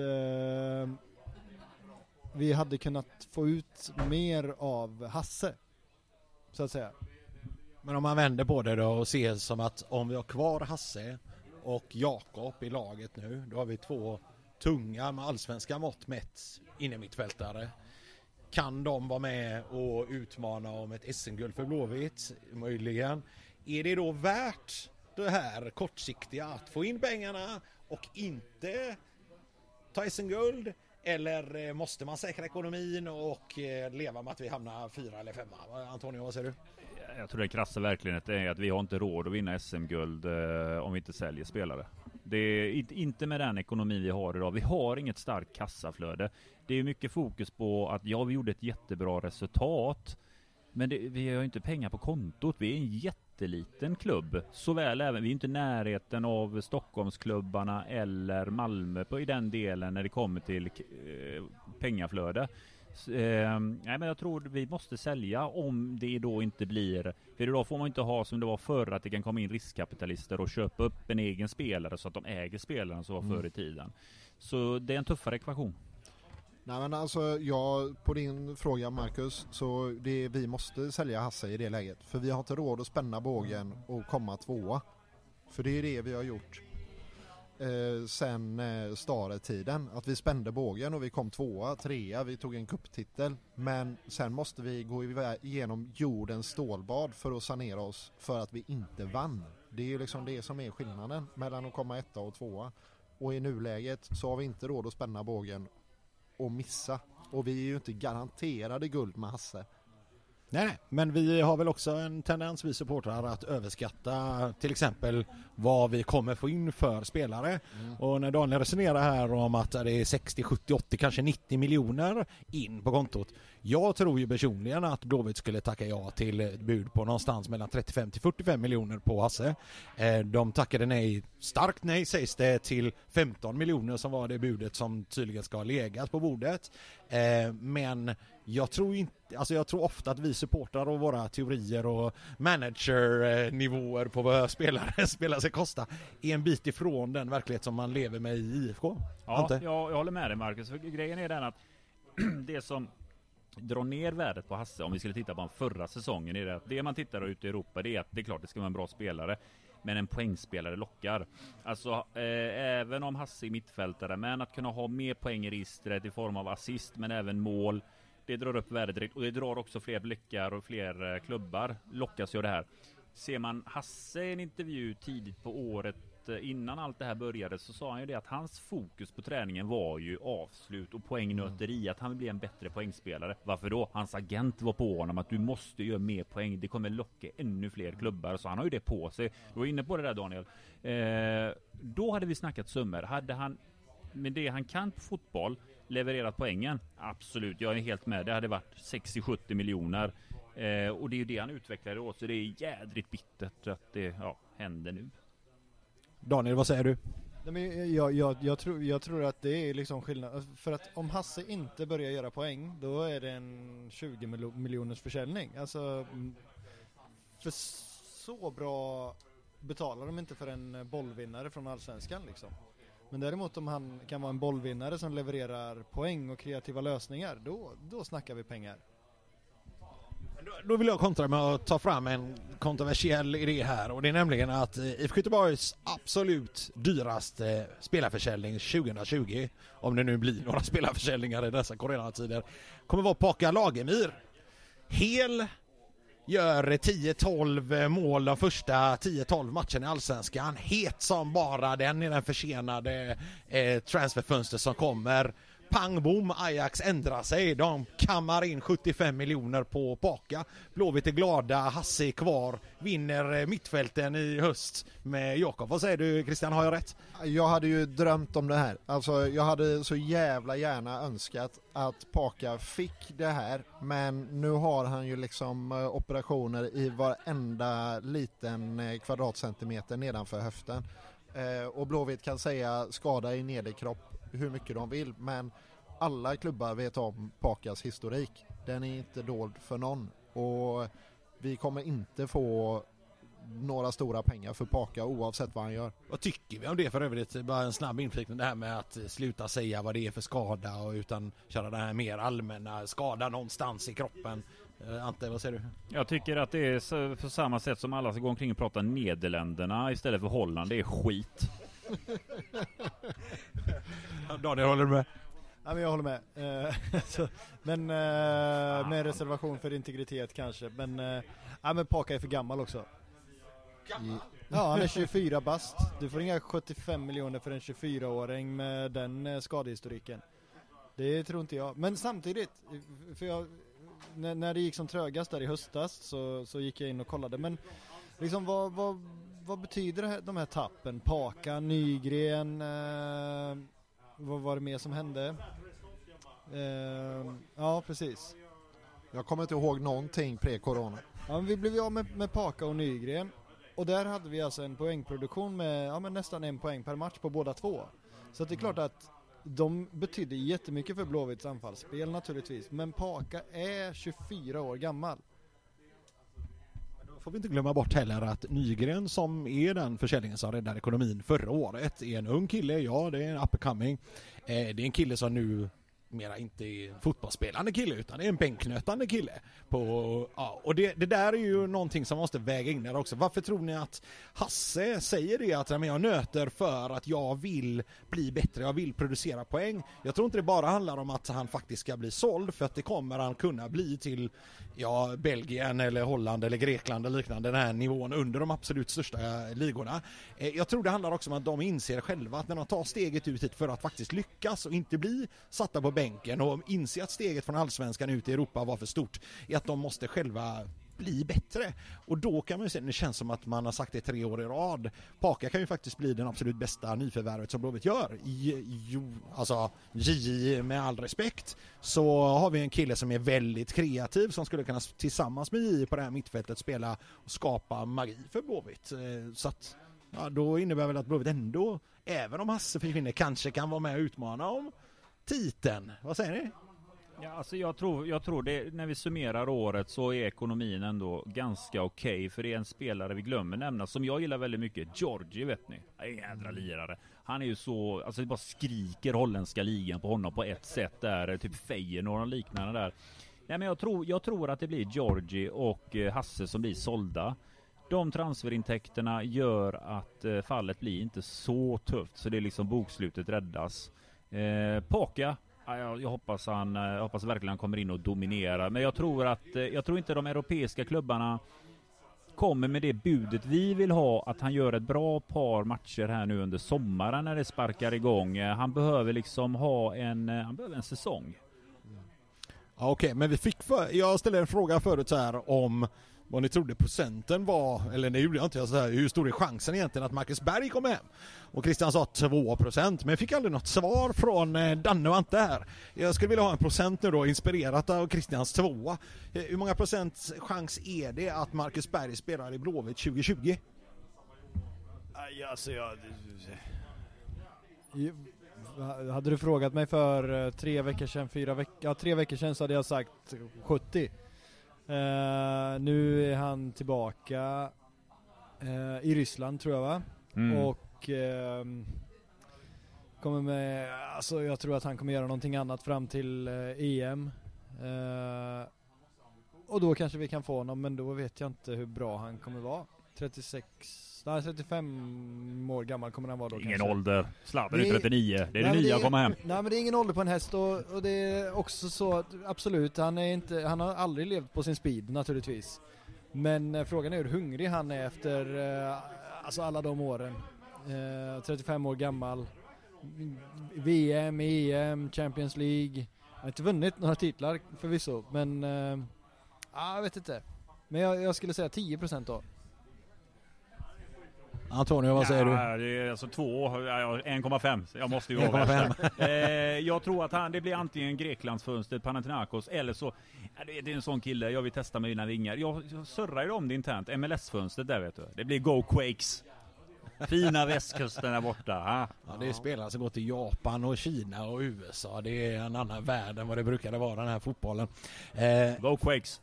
vi hade kunnat få ut mer av Hasse, så att säga. Men om man vänder på det då och ser som att om vi har kvar Hasse och Jakob i laget nu, då har vi två tunga med allsvenska mått mätt innermittfältare. Kan de vara med och utmana om ett SM-guld för Blåvitt? Möjligen. Är det då värt det här kortsiktiga att få in pengarna och inte ta SM-guld? Eller måste man säkra ekonomin och leva med att vi hamnar 4 eller 5? Antonio, vad säger du? Jag tror det krassa verkligheten är att vi har inte råd att vinna SM-guld om vi inte säljer spelare. Det är inte med den ekonomi vi har idag. Vi har inget starkt kassaflöde. Det är mycket fokus på att vi gjorde ett jättebra resultat. Men vi har inte pengar på kontot. Vi är en jätteliten klubb. Såväl även, vi är inte i närheten av Stockholmsklubbarna eller Malmö i den delen när det kommer till pengaflöde. Nej, men jag tror vi måste sälja om det då inte blir, för idag får man inte ha som det var förr, att det kan komma in riskkapitalister och köpa upp en egen spelare så att de äger spelaren som var förr i tiden. Så det är en tuffare ekvation. Nej, men alltså på din fråga, Marcus, så vi måste sälja Hasse i det läget, för vi har inte råd att spänna bågen och komma tvåa. För det är det vi har gjort sen Stare-tiden, att vi spände bågen och vi kom 2, 3, vi tog en kupptitel, men sen måste vi gå igenom jordens stålbad för att sanera oss för att vi inte vann. Det är ju liksom det som är skillnaden mellan att komma 1 och 2, och i nuläget så har vi inte råd att spänna bågen och missa, och vi är ju inte garanterade guld med Hasse. Nej, men vi har väl också en tendens, vi supportrar, att överskatta till exempel vad vi kommer få in för spelare. Och när Daniel resonerar här om att det är 60, 70, 80, kanske 90 miljoner in på kontot. Jag tror ju personligen att Blåvitt skulle tacka ja till ett bud på någonstans mellan 35 till 45 miljoner på Hasse. De tackade nej, starkt nej sägs det, till 15 miljoner som var det budet som tydligen ska ha legat på bordet. Men jag tror ofta att vi supportrar och våra teorier och managernivåer på vad spelare ska kosta är en bit ifrån den verklighet som man lever med i IFK. Ja, jag håller med dig, Marcus. För grejen är den att det som drar ner värdet på Hasse, om vi skulle titta på den förra säsongen, är att det man tittar ute i Europa, det är att det är klart det ska vara en bra spelare, men en poängspelare lockar. Alltså även om Hasse är mittfältare, men att kunna ha mer poäng i registret i form av assist, men även mål, det drar upp värdet direkt, och det drar också fler blickar och fler klubbar lockas ju det här. Ser man Hasse i en intervju tidigt på året innan allt det här började, så sa han ju det att hans fokus på träningen var ju avslut och poängnöteri, att han vill bli en bättre poängspelare. Varför då? Hans agent var på honom att du måste göra mer poäng, det kommer locka ännu fler klubbar, så han har ju det på sig. Du var inne på det där, Daniel. Då hade vi snackat summor. Hade han med det han kan på fotboll levererat poängen? Absolut, jag är helt med. Det hade varit 60-70 miljoner. Och det är ju det han utvecklade då, så det är jädrigt bittert att det händer nu. Daniel, vad säger du? Nej, men jag tror att det är liksom skillnad. För att om Hasse inte börjar göra poäng, då är det en 20 miljoners försäljning. Alltså, för så bra betalar de inte för en bollvinnare från Allsvenskan liksom. Men däremot om han kan vara en bollvinnare som levererar poäng och kreativa lösningar, då snackar vi pengar. Då vill jag kontra med att ta fram en kontroversiell idé här, och det är nämligen att IFK Göteborgs absolut dyraste spelarförsäljning 2020, om det nu blir några spelarförsäljningar i dessa coronatider, kommer vara Paka Lagemyr. Hel gör 10-12 mål de första 10-12 matcherna i Allsvenskan. Het som bara den i den försenade transferfönster som kommer. Pang bom, Ajax ändrar sig. De kammar in 75 miljoner på Paka. Blåvitt är glada, Hasse är kvar. Vinner mittfälten i höst med Jakob. Vad säger du, Christian, har jag rätt? Jag hade ju drömt om det här. Alltså, jag hade så jävla gärna önskat att Paka fick det här. Men nu har han ju liksom operationer i varenda liten kvadratcentimeter nedanför höften. Och Blåvitt kan säga skada i nederkropp hur mycket de vill, men alla klubbar vet om Pakas historik. Den är inte dold för någon, och vi kommer inte få några stora pengar för Paka oavsett vad han gör. Vad tycker vi om det för övrigt? Bara en snabb inflikning, det här med att sluta säga vad det är för skada och utan köra det här mer allmänna skada någonstans i kroppen. Ante, vad säger du? Jag tycker att det är på samma sätt som alla ska gå omkring och prata Nederländerna istället för Holland. Det är skit. Daniel, håller du med? Ja, men jag håller med. Med reservation för integritet kanske. Men Paka är för gammal också. Ja, han är 24 bast. Du får inga 75 miljoner för en 24-åring med den skadehistoriken. Det tror inte jag. Men samtidigt, för när det gick som trögast där i höstas så gick jag in och kollade. Men liksom vad betyder de här tappen? Paka, Nygren, vad var det mer som hände? Ja, precis. Jag kommer inte ihåg någonting pre-corona. Ja, men vi blev av med Paka och Nygren. Och där hade vi alltså en poängproduktion med nästan 1 poäng per match på båda två. Så det är klart att de betyder jättemycket för Blåvitts anfallsspel naturligtvis. Men Paka är 24 år gammal. Får vi inte glömma bort heller att Nygren, som är den försäljningen som räddade ekonomin förra året, är en ung kille. Ja, det är en up and coming. Det är en kille som nu mera inte är en fotbollsspelande kille, utan är en bänknötande kille. Och det där är ju någonting som måste väga in där också. Varför tror ni att Hasse säger det, att jag nöter för att jag vill bli bättre, jag vill producera poäng? Jag tror inte det bara handlar om att han faktiskt ska bli såld, för att det kommer han kunna bli till Belgien eller Holland eller Grekland eller liknande, den här nivån under de absolut största ligorna. Jag tror det handlar också om att de inser själva att när de tar steget ut hit för att faktiskt lyckas och inte bli satta på bänken och inser att steget från Allsvenskan ut i Europa var för stort, är att de måste själva bli bättre. Och då kan man ju se, det känns som att man har sagt det 3 år i rad. Paka kan ju faktiskt bli den absolut bästa nyförvärvet som Blåvitt gör. Alltså JJ med all respekt, så har vi en kille som är väldigt kreativ som skulle kunna tillsammans med JJ på det här mittfältet spela och skapa magi för Blåvitt. Så att då innebär väl att Blåvitt ändå, även om Hasse försvinner, kanske kan vara med och utmana om titeln. Vad säger ni? Ja, alltså jag tror det, när vi summerar året så är ekonomin ändå ganska okej, för det är en spelare vi glömmer nämna som jag gillar väldigt mycket, Georgie, vet ni. Jädra lirare. Han är ju så, alltså det bara skriker holländska ligan på honom på ett sätt där, typ Feyenoord och liknande där. Nej, men jag tror att det blir Georgie och Hasse som blir sålda. De transferintäkterna gör att fallet blir inte så tufft, så det är liksom bokslutet räddas. Paka, jag hoppas verkligen han kommer in och dominerar, men jag tror inte de europeiska klubbarna kommer med det budet vi vill ha, att han gör ett bra par matcher här nu under sommaren när det sparkar igång. Han behöver liksom ha en säsong. Ja, okej, men jag ställde en fråga förut så här om vad ni trodde procenten var, eller det gjorde jag inte, så här, hur stor är chansen egentligen att Marcus Berg kommer hem? Och Christian sa 2%, men jag fick aldrig något svar från Danne och Ante här. Jag skulle vilja ha en procent nu då, inspirerat av Christians 2. Hur många procents chans är det att Marcus Berg spelar i Blåvitt 2020? Hade du frågat mig för 3 veckor sedan, 3 veckor sedan, så hade jag sagt 70. Nu är han tillbaka i Ryssland, tror jag, va? Och kommer med, alltså jag tror att han kommer göra någonting annat fram till EM. Och då kanske vi kan få honom, men då vet jag inte hur bra han kommer vara. 35 år gammal kommer han vara då. Ingen ålder. Zlatan är 39. Det är det nya att komma hem. Nej, men det är ingen ålder på en häst, och det är också så att absolut, han har aldrig levt på sin speed naturligtvis. Men frågan är hur hungrig han är efter alltså alla de åren. 35 år gammal. VM, EM, Champions League. Han har inte vunnit några titlar förvisso, men jag vet inte. Men jag skulle säga 10% då. Antonio, vad säger du? Det är alltså 1,5. Jag måste ju vara värsta. Jag tror att det blir antingen Greklandsfönstret, Panathinaikos, eller så det är en sån kille, jag vill testa med mina vingar. Jag surrar ju om det internt, MLS-fönstret där, vet du. Det blir Go Quakes. Fina västkusten där borta. Ja, det är spelare som går till Japan och Kina och USA. Det är en annan värld än vad det brukade vara, den här fotbollen. Go Quakes.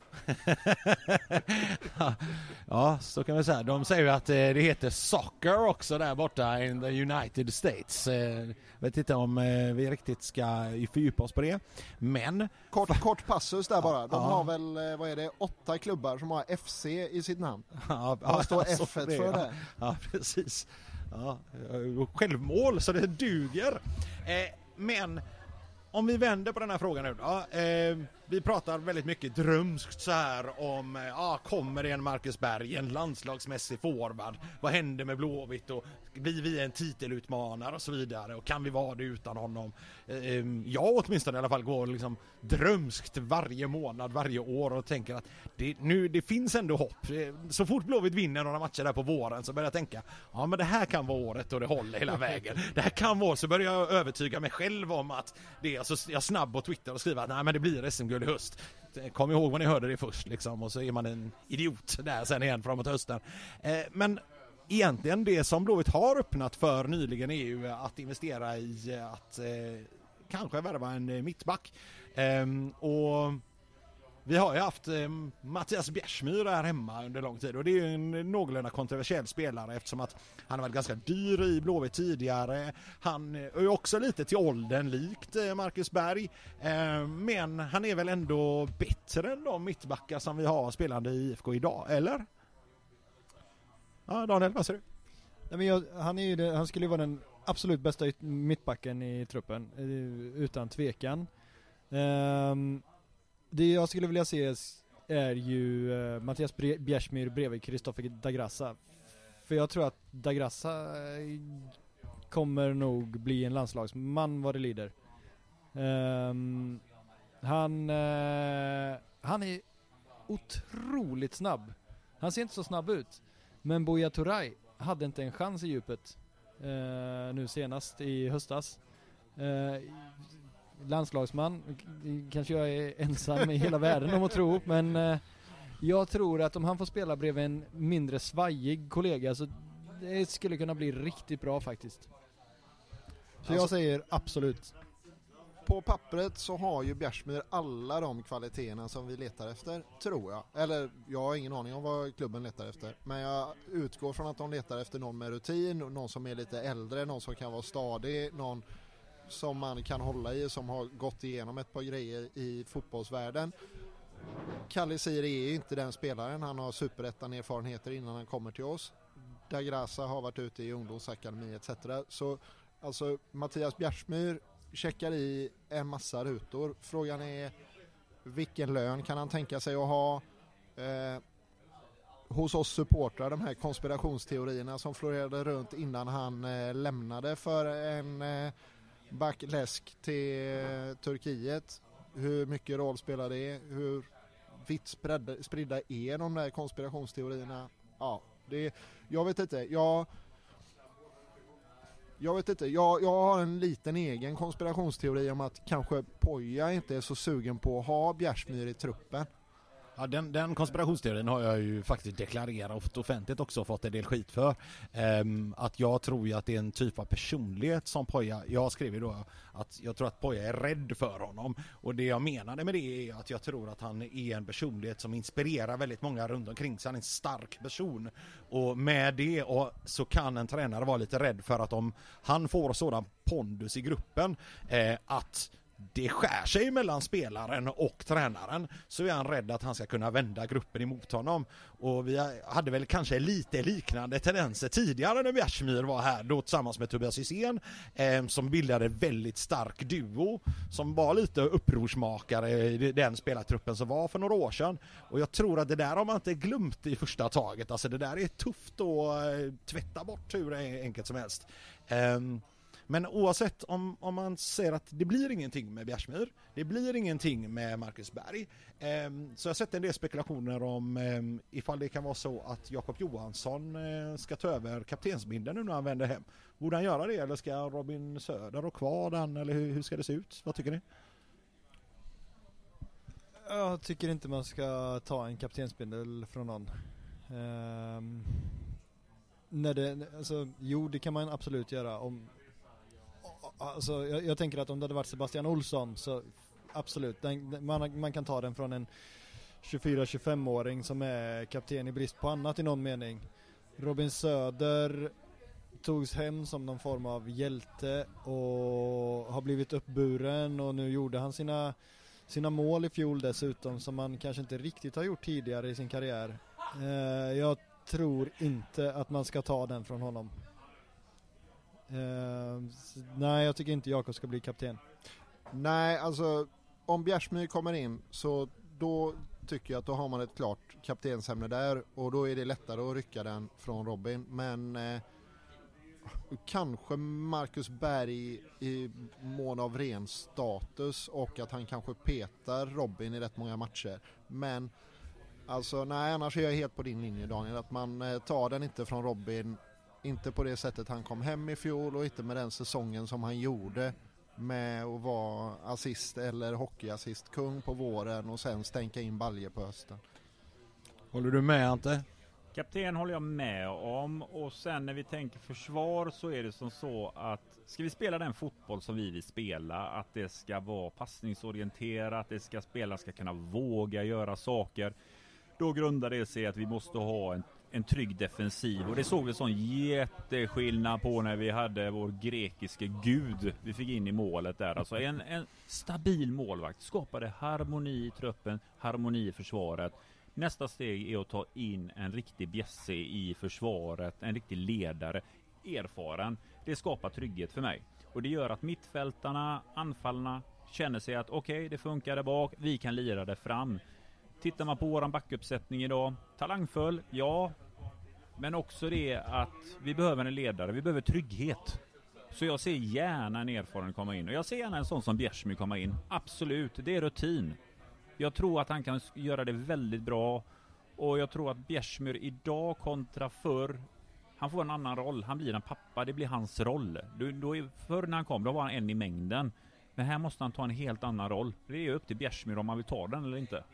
Ja, så kan vi säga. De säger ju att det heter soccer också där borta in the United States. Vet inte om vi riktigt ska fördjupa oss på det. Men Kort passus där bara. De har väl, vad är det, 8 klubbar som har FC i sitt namn. Vad står F1 för det? Ja, precis. Ja, självmål så det duger. Men om vi vänder på den här frågan nu då. Vi pratar väldigt mycket drömskt så här om kommer det en Marcus Berg, en landslagsmässig forward? Vad händer med Blåvitt och blir vi en titelutmanare och så vidare, och kan vi vara det utan honom? Jag åtminstone i alla fall går liksom drömskt varje månad, varje år och tänker att det finns ändå hopp. Så fort Blåvitt vinner några matcher där på våren så börjar jag tänka, men det här kan vara året och det håller hela vägen. Det här kan vara, så börjar jag övertyga mig själv om att det är, så jag snabb på Twitter och skriver att nej, men det blir SM-guld i höst. Kom ihåg vad ni hörde det först liksom, och så är man en idiot där sen igen framåt hösten. Men egentligen det som Blåvitt har öppnat för nyligen är ju att investera i att kanske värva en mittback. Och vi har ju haft Mattias Bjärsmyr här hemma under lång tid, och det är ju en någorlunda kontroversiell spelare eftersom att han har varit ganska dyr i Blåvitt tidigare. Han är ju också lite till åldern likt Marcus Berg, men han är väl ändå bättre än de mittbackar som vi har spelande i IFK idag, eller? Ja, Daniel, vad säger du? Nej, men han skulle ju vara den absolut bästa mittbacken i truppen, utan tvekan. Det jag skulle vilja se är ju Mattias Bjärsmyr bredvid Kristoffer Dagrassa. För jag tror att Dagrassa kommer nog bli en landslagsman vad det lider. Han är otroligt snabb. Han ser inte så snabb ut. Men Buya Turay hade inte en chans i djupet nu senast i höstas. Landslagsman, kanske jag är ensam i hela världen om att tro, men jag tror att om han får spela bredvid en mindre svajig kollega så det skulle kunna bli riktigt bra faktiskt. Så jag säger absolut. På pappret så har ju Bjärsmyr alla de kvaliteterna som vi letar efter, tror jag. Eller jag har ingen aning om vad klubben letar efter. Men jag utgår från att de letar efter någon med rutin, någon som är lite äldre, någon som kan vara stadig, någon som man kan hålla i, som har gått igenom ett par grejer i fotbollsvärlden. Kalle Siri är inte den spelaren, han har superettan-erfarenheter innan han kommer till oss. Dagrasa har varit ute i ungdomsakademi etc. Så alltså Mattias Bjärsmyr checkar i en massa rutor. Frågan är vilken lön kan han tänka sig att ha hos oss supportrar, de här konspirationsteorierna som florerade runt innan han lämnade för en backläsk till Turkiet. Hur mycket roll spelar det? Hur vitt spridda är de där konspirationsteorierna? Ja, jag vet inte. Jag vet inte, jag har en liten egen konspirationsteori om att kanske Poja inte är så sugen på att ha Bjärsmyr i truppen. Ja, den konspirationsteorin har jag ju faktiskt deklarerat offentligt också och fått en del skit för. Att jag tror ju att det är en typ av personlighet som Poja, jag skrev ju då att jag tror att Poja är rädd för honom. Och det jag menade med det är att jag tror att han är en personlighet som inspirerar väldigt många runt omkring sig. Han är en stark person. Och med det så kan en tränare vara lite rädd för att om han får sådan pondus i gruppen att det skär sig mellan spelaren och tränaren, så är han rädd att han ska kunna vända gruppen emot honom. Och vi hade väl kanske lite liknande tendenser tidigare när Bjärsmyr var här då tillsammans med Tobias Hysén som bildade väldigt stark duo som var lite upprorsmakare i den spelartruppen som var för några år sedan. Och jag tror att det där har man inte glömt i första taget. Alltså det där är tufft att tvätta bort hur enkelt som helst. Men oavsett om man säger att det blir ingenting med Bjärsmyr, det blir ingenting med Marcus Berg, så jag har sett en del spekulationer om ifall det kan vara så att Jakob Johansson ska ta över kaptensbindeln nu när han vänder hem. Borde han göra det eller ska Robin Söder ha kvar den, eller hur ska det se ut? Vad tycker ni? Jag tycker inte man ska ta en kaptensbindel från någon. Det kan man absolut göra om. Alltså, jag tänker att om det hade varit Sebastian Olsson så absolut, man kan ta den från en 24-25-åring som är kapten i brist på annat i någon mening. Robin Söder togs hem som någon form av hjälte och har blivit uppburen, och nu gjorde han sina mål i fjol dessutom som man kanske inte riktigt har gjort tidigare i sin karriär. Jag tror inte att man ska ta den från honom. Nej, jag tycker inte Jakob ska bli kapten. Nej, alltså om Bjärsmyr kommer in så då tycker jag att då har man ett klart kaptensämne där, och då är det lättare att rycka den från Robin. Men kanske Marcus Berg i mån av ren status och att han kanske petar Robin i rätt många matcher. Men alltså nej, annars är jag helt på din linje, Daniel, att man tar den inte från Robin. Inte på det sättet han kom hem i fjol och inte med den säsongen som han gjorde med att vara assist eller hockeyassist kung på våren och sen stänka in baljer på hösten. Håller du med, Ante? Kapten håller jag med om, och sen när vi tänker försvar så är det som så att ska vi spela den fotboll som vi vill spela, att det ska vara passningsorienterat, att spelare ska kunna våga göra saker, då grundar det sig att vi måste ha en trygg defensiv, och det såg vi sån jätteskillnad på när vi hade vår grekiske gud vi fick in i målet där. Alltså en stabil målvakt skapade harmoni i truppen, harmoni i försvaret. Nästa steg är att ta in en riktig bjässe i försvaret, en riktig ledare, erfaren. Det skapar trygghet för mig, och det gör att mittfältarna, anfallarna känner sig att okej, det funkar där bak, vi kan lira det fram. Tittar man på våran backuppsättning idag, talangfull, ja, men också det att vi behöver en ledare, vi behöver trygghet. Så jag ser gärna en erfaren komma in, och jag ser gärna en sån som Bjärsmyr komma in. Absolut, det är rutin. Jag tror att han kan göra det väldigt bra. Och jag tror att Bjärsmyr idag kontra förr, han får en annan roll. Han blir en pappa, det blir hans roll. Förr när han kom, då var han en i mängden. Men här måste han ta en helt annan roll. Det är upp till Bjärsmyr om man vill ta den eller inte.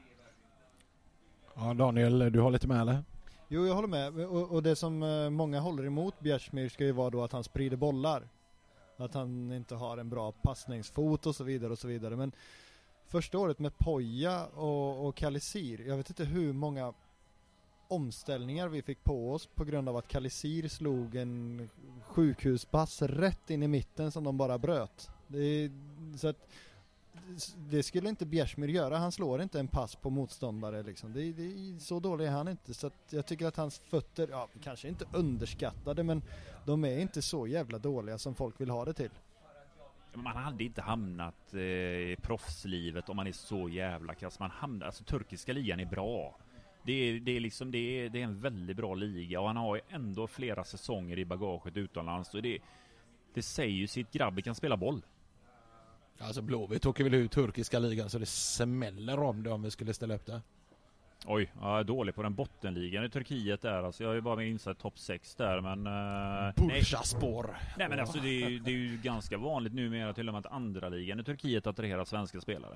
Ja, Daniel, du har lite med eller? Jo, jag håller med. Och det som många håller emot Bjärsmyr ska ju vara då att han sprider bollar. Att han inte har en bra passningsfot och så vidare och så vidare. Men första året med Poja och Kalisir, jag vet inte hur många omställningar vi fick på oss på grund av att Kalisir slog en sjukhuspass rätt in i mitten som de bara bröt. Så att det skulle inte Bjärsmyr göra. Han slår inte en pass på motståndare liksom. Det är så dålig är han inte. Så att jag tycker att hans fötter, ja, kanske inte underskattade, men de är inte så jävla dåliga som folk vill ha det till. Man hade inte hamnat i proffslivet om man är så jävla kass. Alltså turkiska ligan är bra. Det är en väldigt bra liga och han har ju ändå flera säsonger i bagaget utomlands. Och det säger ju sitt, grabben kan spela boll. Alltså Blåvitt åker väl ut turkiska ligan så det smäller om det om vi skulle ställa upp det. Oj, jag är dålig på den bottenligan i Turkiet där. Alltså jag är ju bara med insett topp 6 där, men... Bursaspor. Nej, men alltså det är ju ganska vanligt numera till och med att andra ligan i Turkiet attraherar svenska spelare.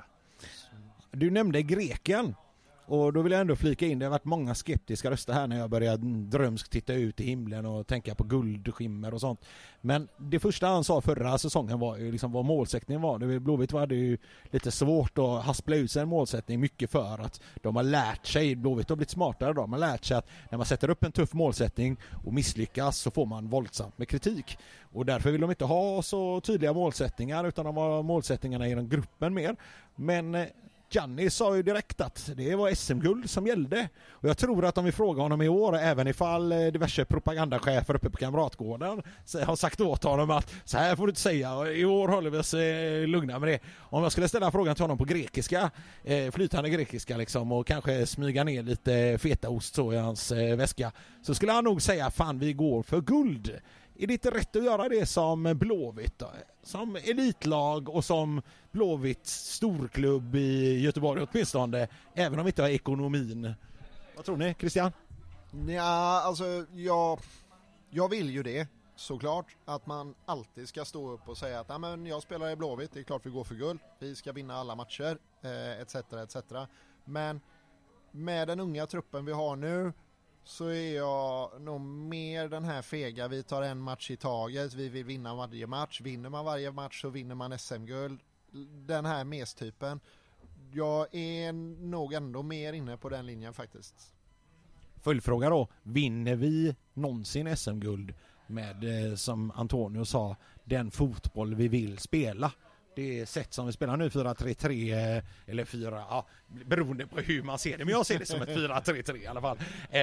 Du nämnde greken. Och då vill jag ändå flika in, det har varit många skeptiska röster här när jag började drömskt titta ut i himlen och tänka på guldskimmer och sånt. Men det första han sa förra säsongen var ju liksom vad målsättningen var. Det Blåvitt var det ju lite svårt att haspla ut sig en målsättning, mycket för att de har lärt sig, Blåvitt har blivit smartare då, de har lärt sig att när man sätter upp en tuff målsättning och misslyckas så får man våldsamt med kritik. Och därför vill de inte ha så tydliga målsättningar utan de har målsättningarna i den gruppen mer. Men Gianni sa ju direkt att det var SM-guld som gällde. Och jag tror att om vi frågar honom i år, även ifall diverse propagandachefer uppe på Kamratgården har sagt åt honom att så här får du inte säga, i år håller vi oss lugna med det. Om jag skulle ställa frågan till honom på grekiska, flytande grekiska liksom, och kanske smyga ner lite fetaost så i hans väska, så skulle han nog säga fan vi går för guld. Är det inte rätt att göra det som Blåvitt då? Som elitlag och som Blåvitt storklubb i Göteborg åtminstone, även om vi inte har ekonomin? Vad tror ni, Christian? Ja, alltså jag vill ju det, såklart, att man alltid ska stå upp och säga att men jag spelar i Blåvitt, det är klart vi går för guld, vi ska vinna alla matcher, etc. Men med den unga truppen vi har nu så är jag nog mer den här fega, vi tar en match i taget, vi vill vinna varje match, vinner man varje match så vinner man SM-guld, den här mestypen. Jag är nog ändå mer inne på den linjen faktiskt. Följdfråga då, vinner vi någonsin SM-guld med, som Antonio sa, den fotboll vi vill spela? Det är sätt som vi spelar nu, 4-3-3 eller 4, ja, beroende på hur man ser det, men jag ser det som ett 4-3-3 i alla fall.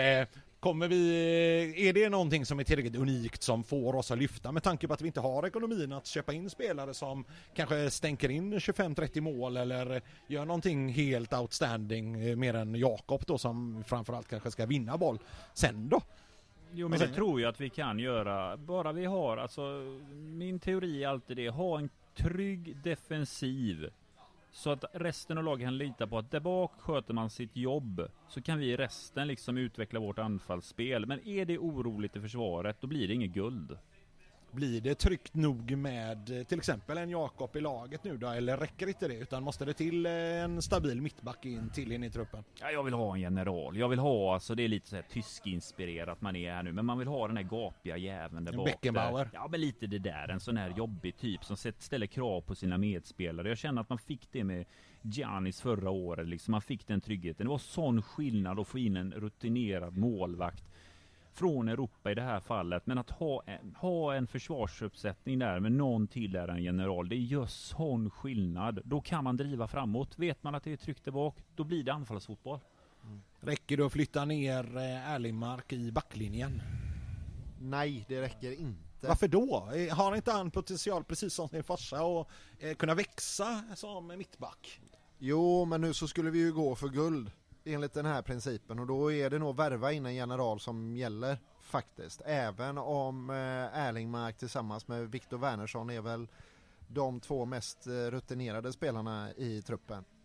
Är det någonting som är tillräckligt unikt som får oss att lyfta med tanke på att vi inte har ekonomin att köpa in spelare som kanske stänker in 25-30 mål eller gör någonting helt outstanding mer än Jakob då som framförallt kanske ska vinna boll sen då? Jo, men det tror jag att vi kan göra, bara vi har, alltså min teori är alltid det, ha en trygg defensiv så att resten av laget kan lita på att där bak sköter man sitt jobb, så kan vi i resten liksom utveckla vårt anfallsspel. Men är det oroligt i försvaret, då blir det inget guld. Blir det tryggt nog med till exempel en Jakob i laget nu då, eller räcker inte det, utan måste det till en stabil mittback in i truppen? Ja, jag vill ha en general. Jag vill ha, alltså det är lite så här tyskinspirerat man är här nu, men man vill ha den här gapiga jäveln där bak. Beckenbauer. Ja, men lite det där, en sån här jobbig typ som ställer krav på sina medspelare. Jag känner att man fick det med Giannis förra året, liksom man fick den tryggheten. Det var sån skillnad att få in en rutinerad målvakt från Europa i det här fallet, men att ha en försvarsuppsättning där med någon till där en general, det är just sån skillnad. Då kan man driva framåt. Vet man att det är tryckt där bak, då blir det anfallsfotboll. Räcker det att flytta ner Erlingmark i backlinjen? Nej, det räcker inte. Varför då? Har inte han potential precis som sin farsa och kunna växa som mittback? Jo, men nu så skulle vi ju gå för guld enligt den här principen, och då är det nog värva in en general som gäller faktiskt. Även om Erlingmark tillsammans med Viktor Wernersson är väl de två mest rutinerade spelarna i truppen.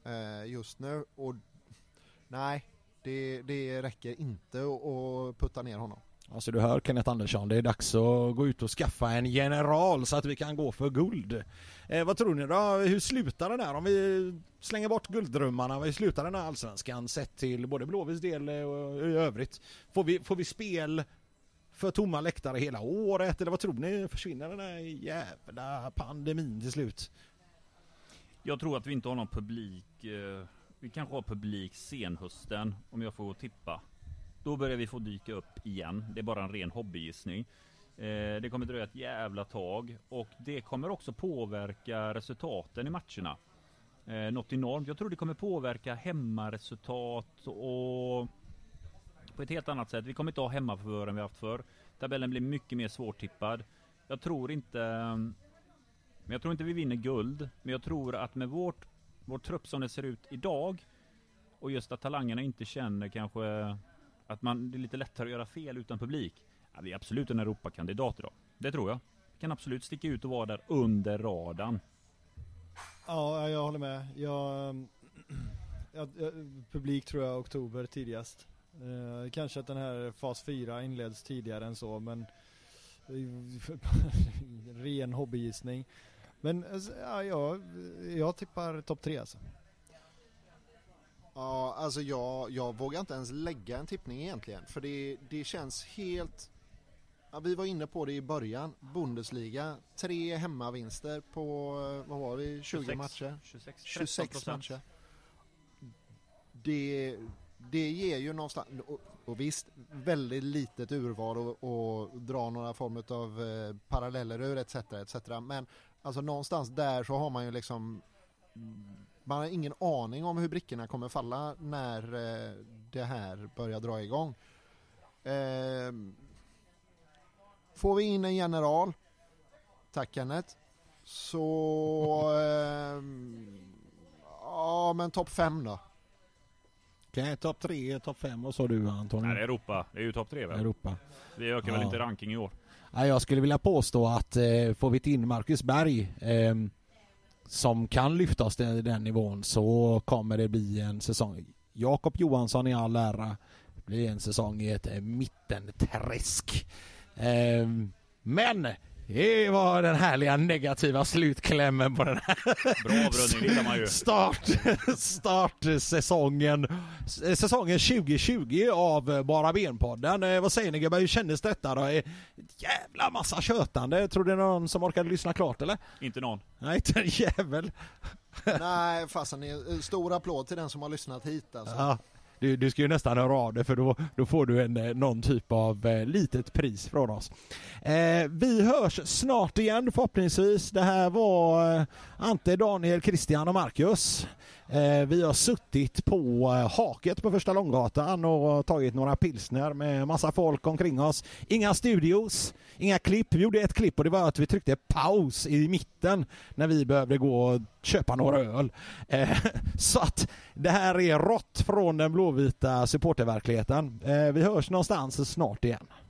just nu. Och nej, det räcker inte att putta ner honom. Alltså du hör Kenneth Andersson, det är dags att gå ut och skaffa en general så att vi kan gå för guld. Vad tror ni då? Hur slutar det där? Om vi slänger bort gulddrömmarna, hur slutar den här allsvenskan sett till både Blåvitts del och i övrigt? Får vi spel för tomma läktare hela året? Eller vad tror ni? Försvinner den här jävla pandemin till slut? Jag tror att vi inte har någon publik. Vi kanske har publik senhösten, om jag får tippa. Då börjar vi få dyka upp igen. Det är bara en ren hobbygissning. Det kommer dröja ett jävla tag. Och det kommer också påverka resultaten i matcherna. Något enormt. Jag tror det kommer påverka hemmaresultat och på ett helt annat sätt. Vi kommer inte ha hemmafavör än vi haft förr. Tabellen blir mycket mer svårtippad. Jag tror inte vi vinner guld. Men jag tror att med vår trupp som det ser ut idag och just att talangerna inte känner kanske att det är lite lättare att göra fel utan publik. Ja, vi är absolut en Europakandidat idag. Det tror jag. Vi kan absolut sticka ut och vara där under radarn. Ja, jag håller med. Publik tror jag oktober tidigast. Kanske att den här fas 4 inleds tidigare än så, men ren hobbygissning. Men ja, jag tippar topp 3 alltså. Ja, alltså jag vågar inte ens lägga en tippning egentligen. För det känns helt... Ja, vi var inne på det i början. Bundesliga, 3 hemmavinster på, vad var det, 20 26, matcher? 26 matcher. Det ger ju någonstans... Och visst, väldigt litet urval och dra några form av paralleller ur etc. Men alltså någonstans där så har man ju liksom... Man har ingen aning om hur brickorna kommer falla när det här börjar dra igång. Får vi in en general, tack Kenneth, så ja, men topp 5 då. Okej, topp 3, topp 5, vad sa du Anton? Nej, det är Europa. Det är ju topp 3 väl? Europa. Vi ökar väl inte ranking i år. Ja, jag skulle vilja påstå att får vi in Marcus Berg som kan lyfta oss till den nivån, så kommer det bli en säsong. Jakob Johansson i all ära, blir en säsong i ett mittenträsk. Men det var den härliga negativa slutklämmen på den här bra avrundning, det man ju. Startsäsongen 2020 av Bara Ben-podden. Vad säger ni gubbar, hur kändes detta då? Jävla massa tjötande. Tror det någon som orkade lyssna klart eller? Inte någon. Nej, inte en jävel. Nej, fasen, stor applåd till den som har lyssnat hit alltså. Ja. Du ska ju nästan höra av det, för då får du någon typ av litet pris från oss. Vi hörs snart igen förhoppningsvis. Det här var Ante, Daniel, Christian och Marcus. Vi har suttit på Haket på Första Långgatan och tagit några pilsner med massa folk omkring oss. Inga studios, inga klipp. Vi gjorde ett klipp och det var att vi tryckte paus i mitten när vi behövde gå och köpa några öl. Så att det här är rått från den blåvita supporterverkligheten. Vi hörs någonstans snart igen.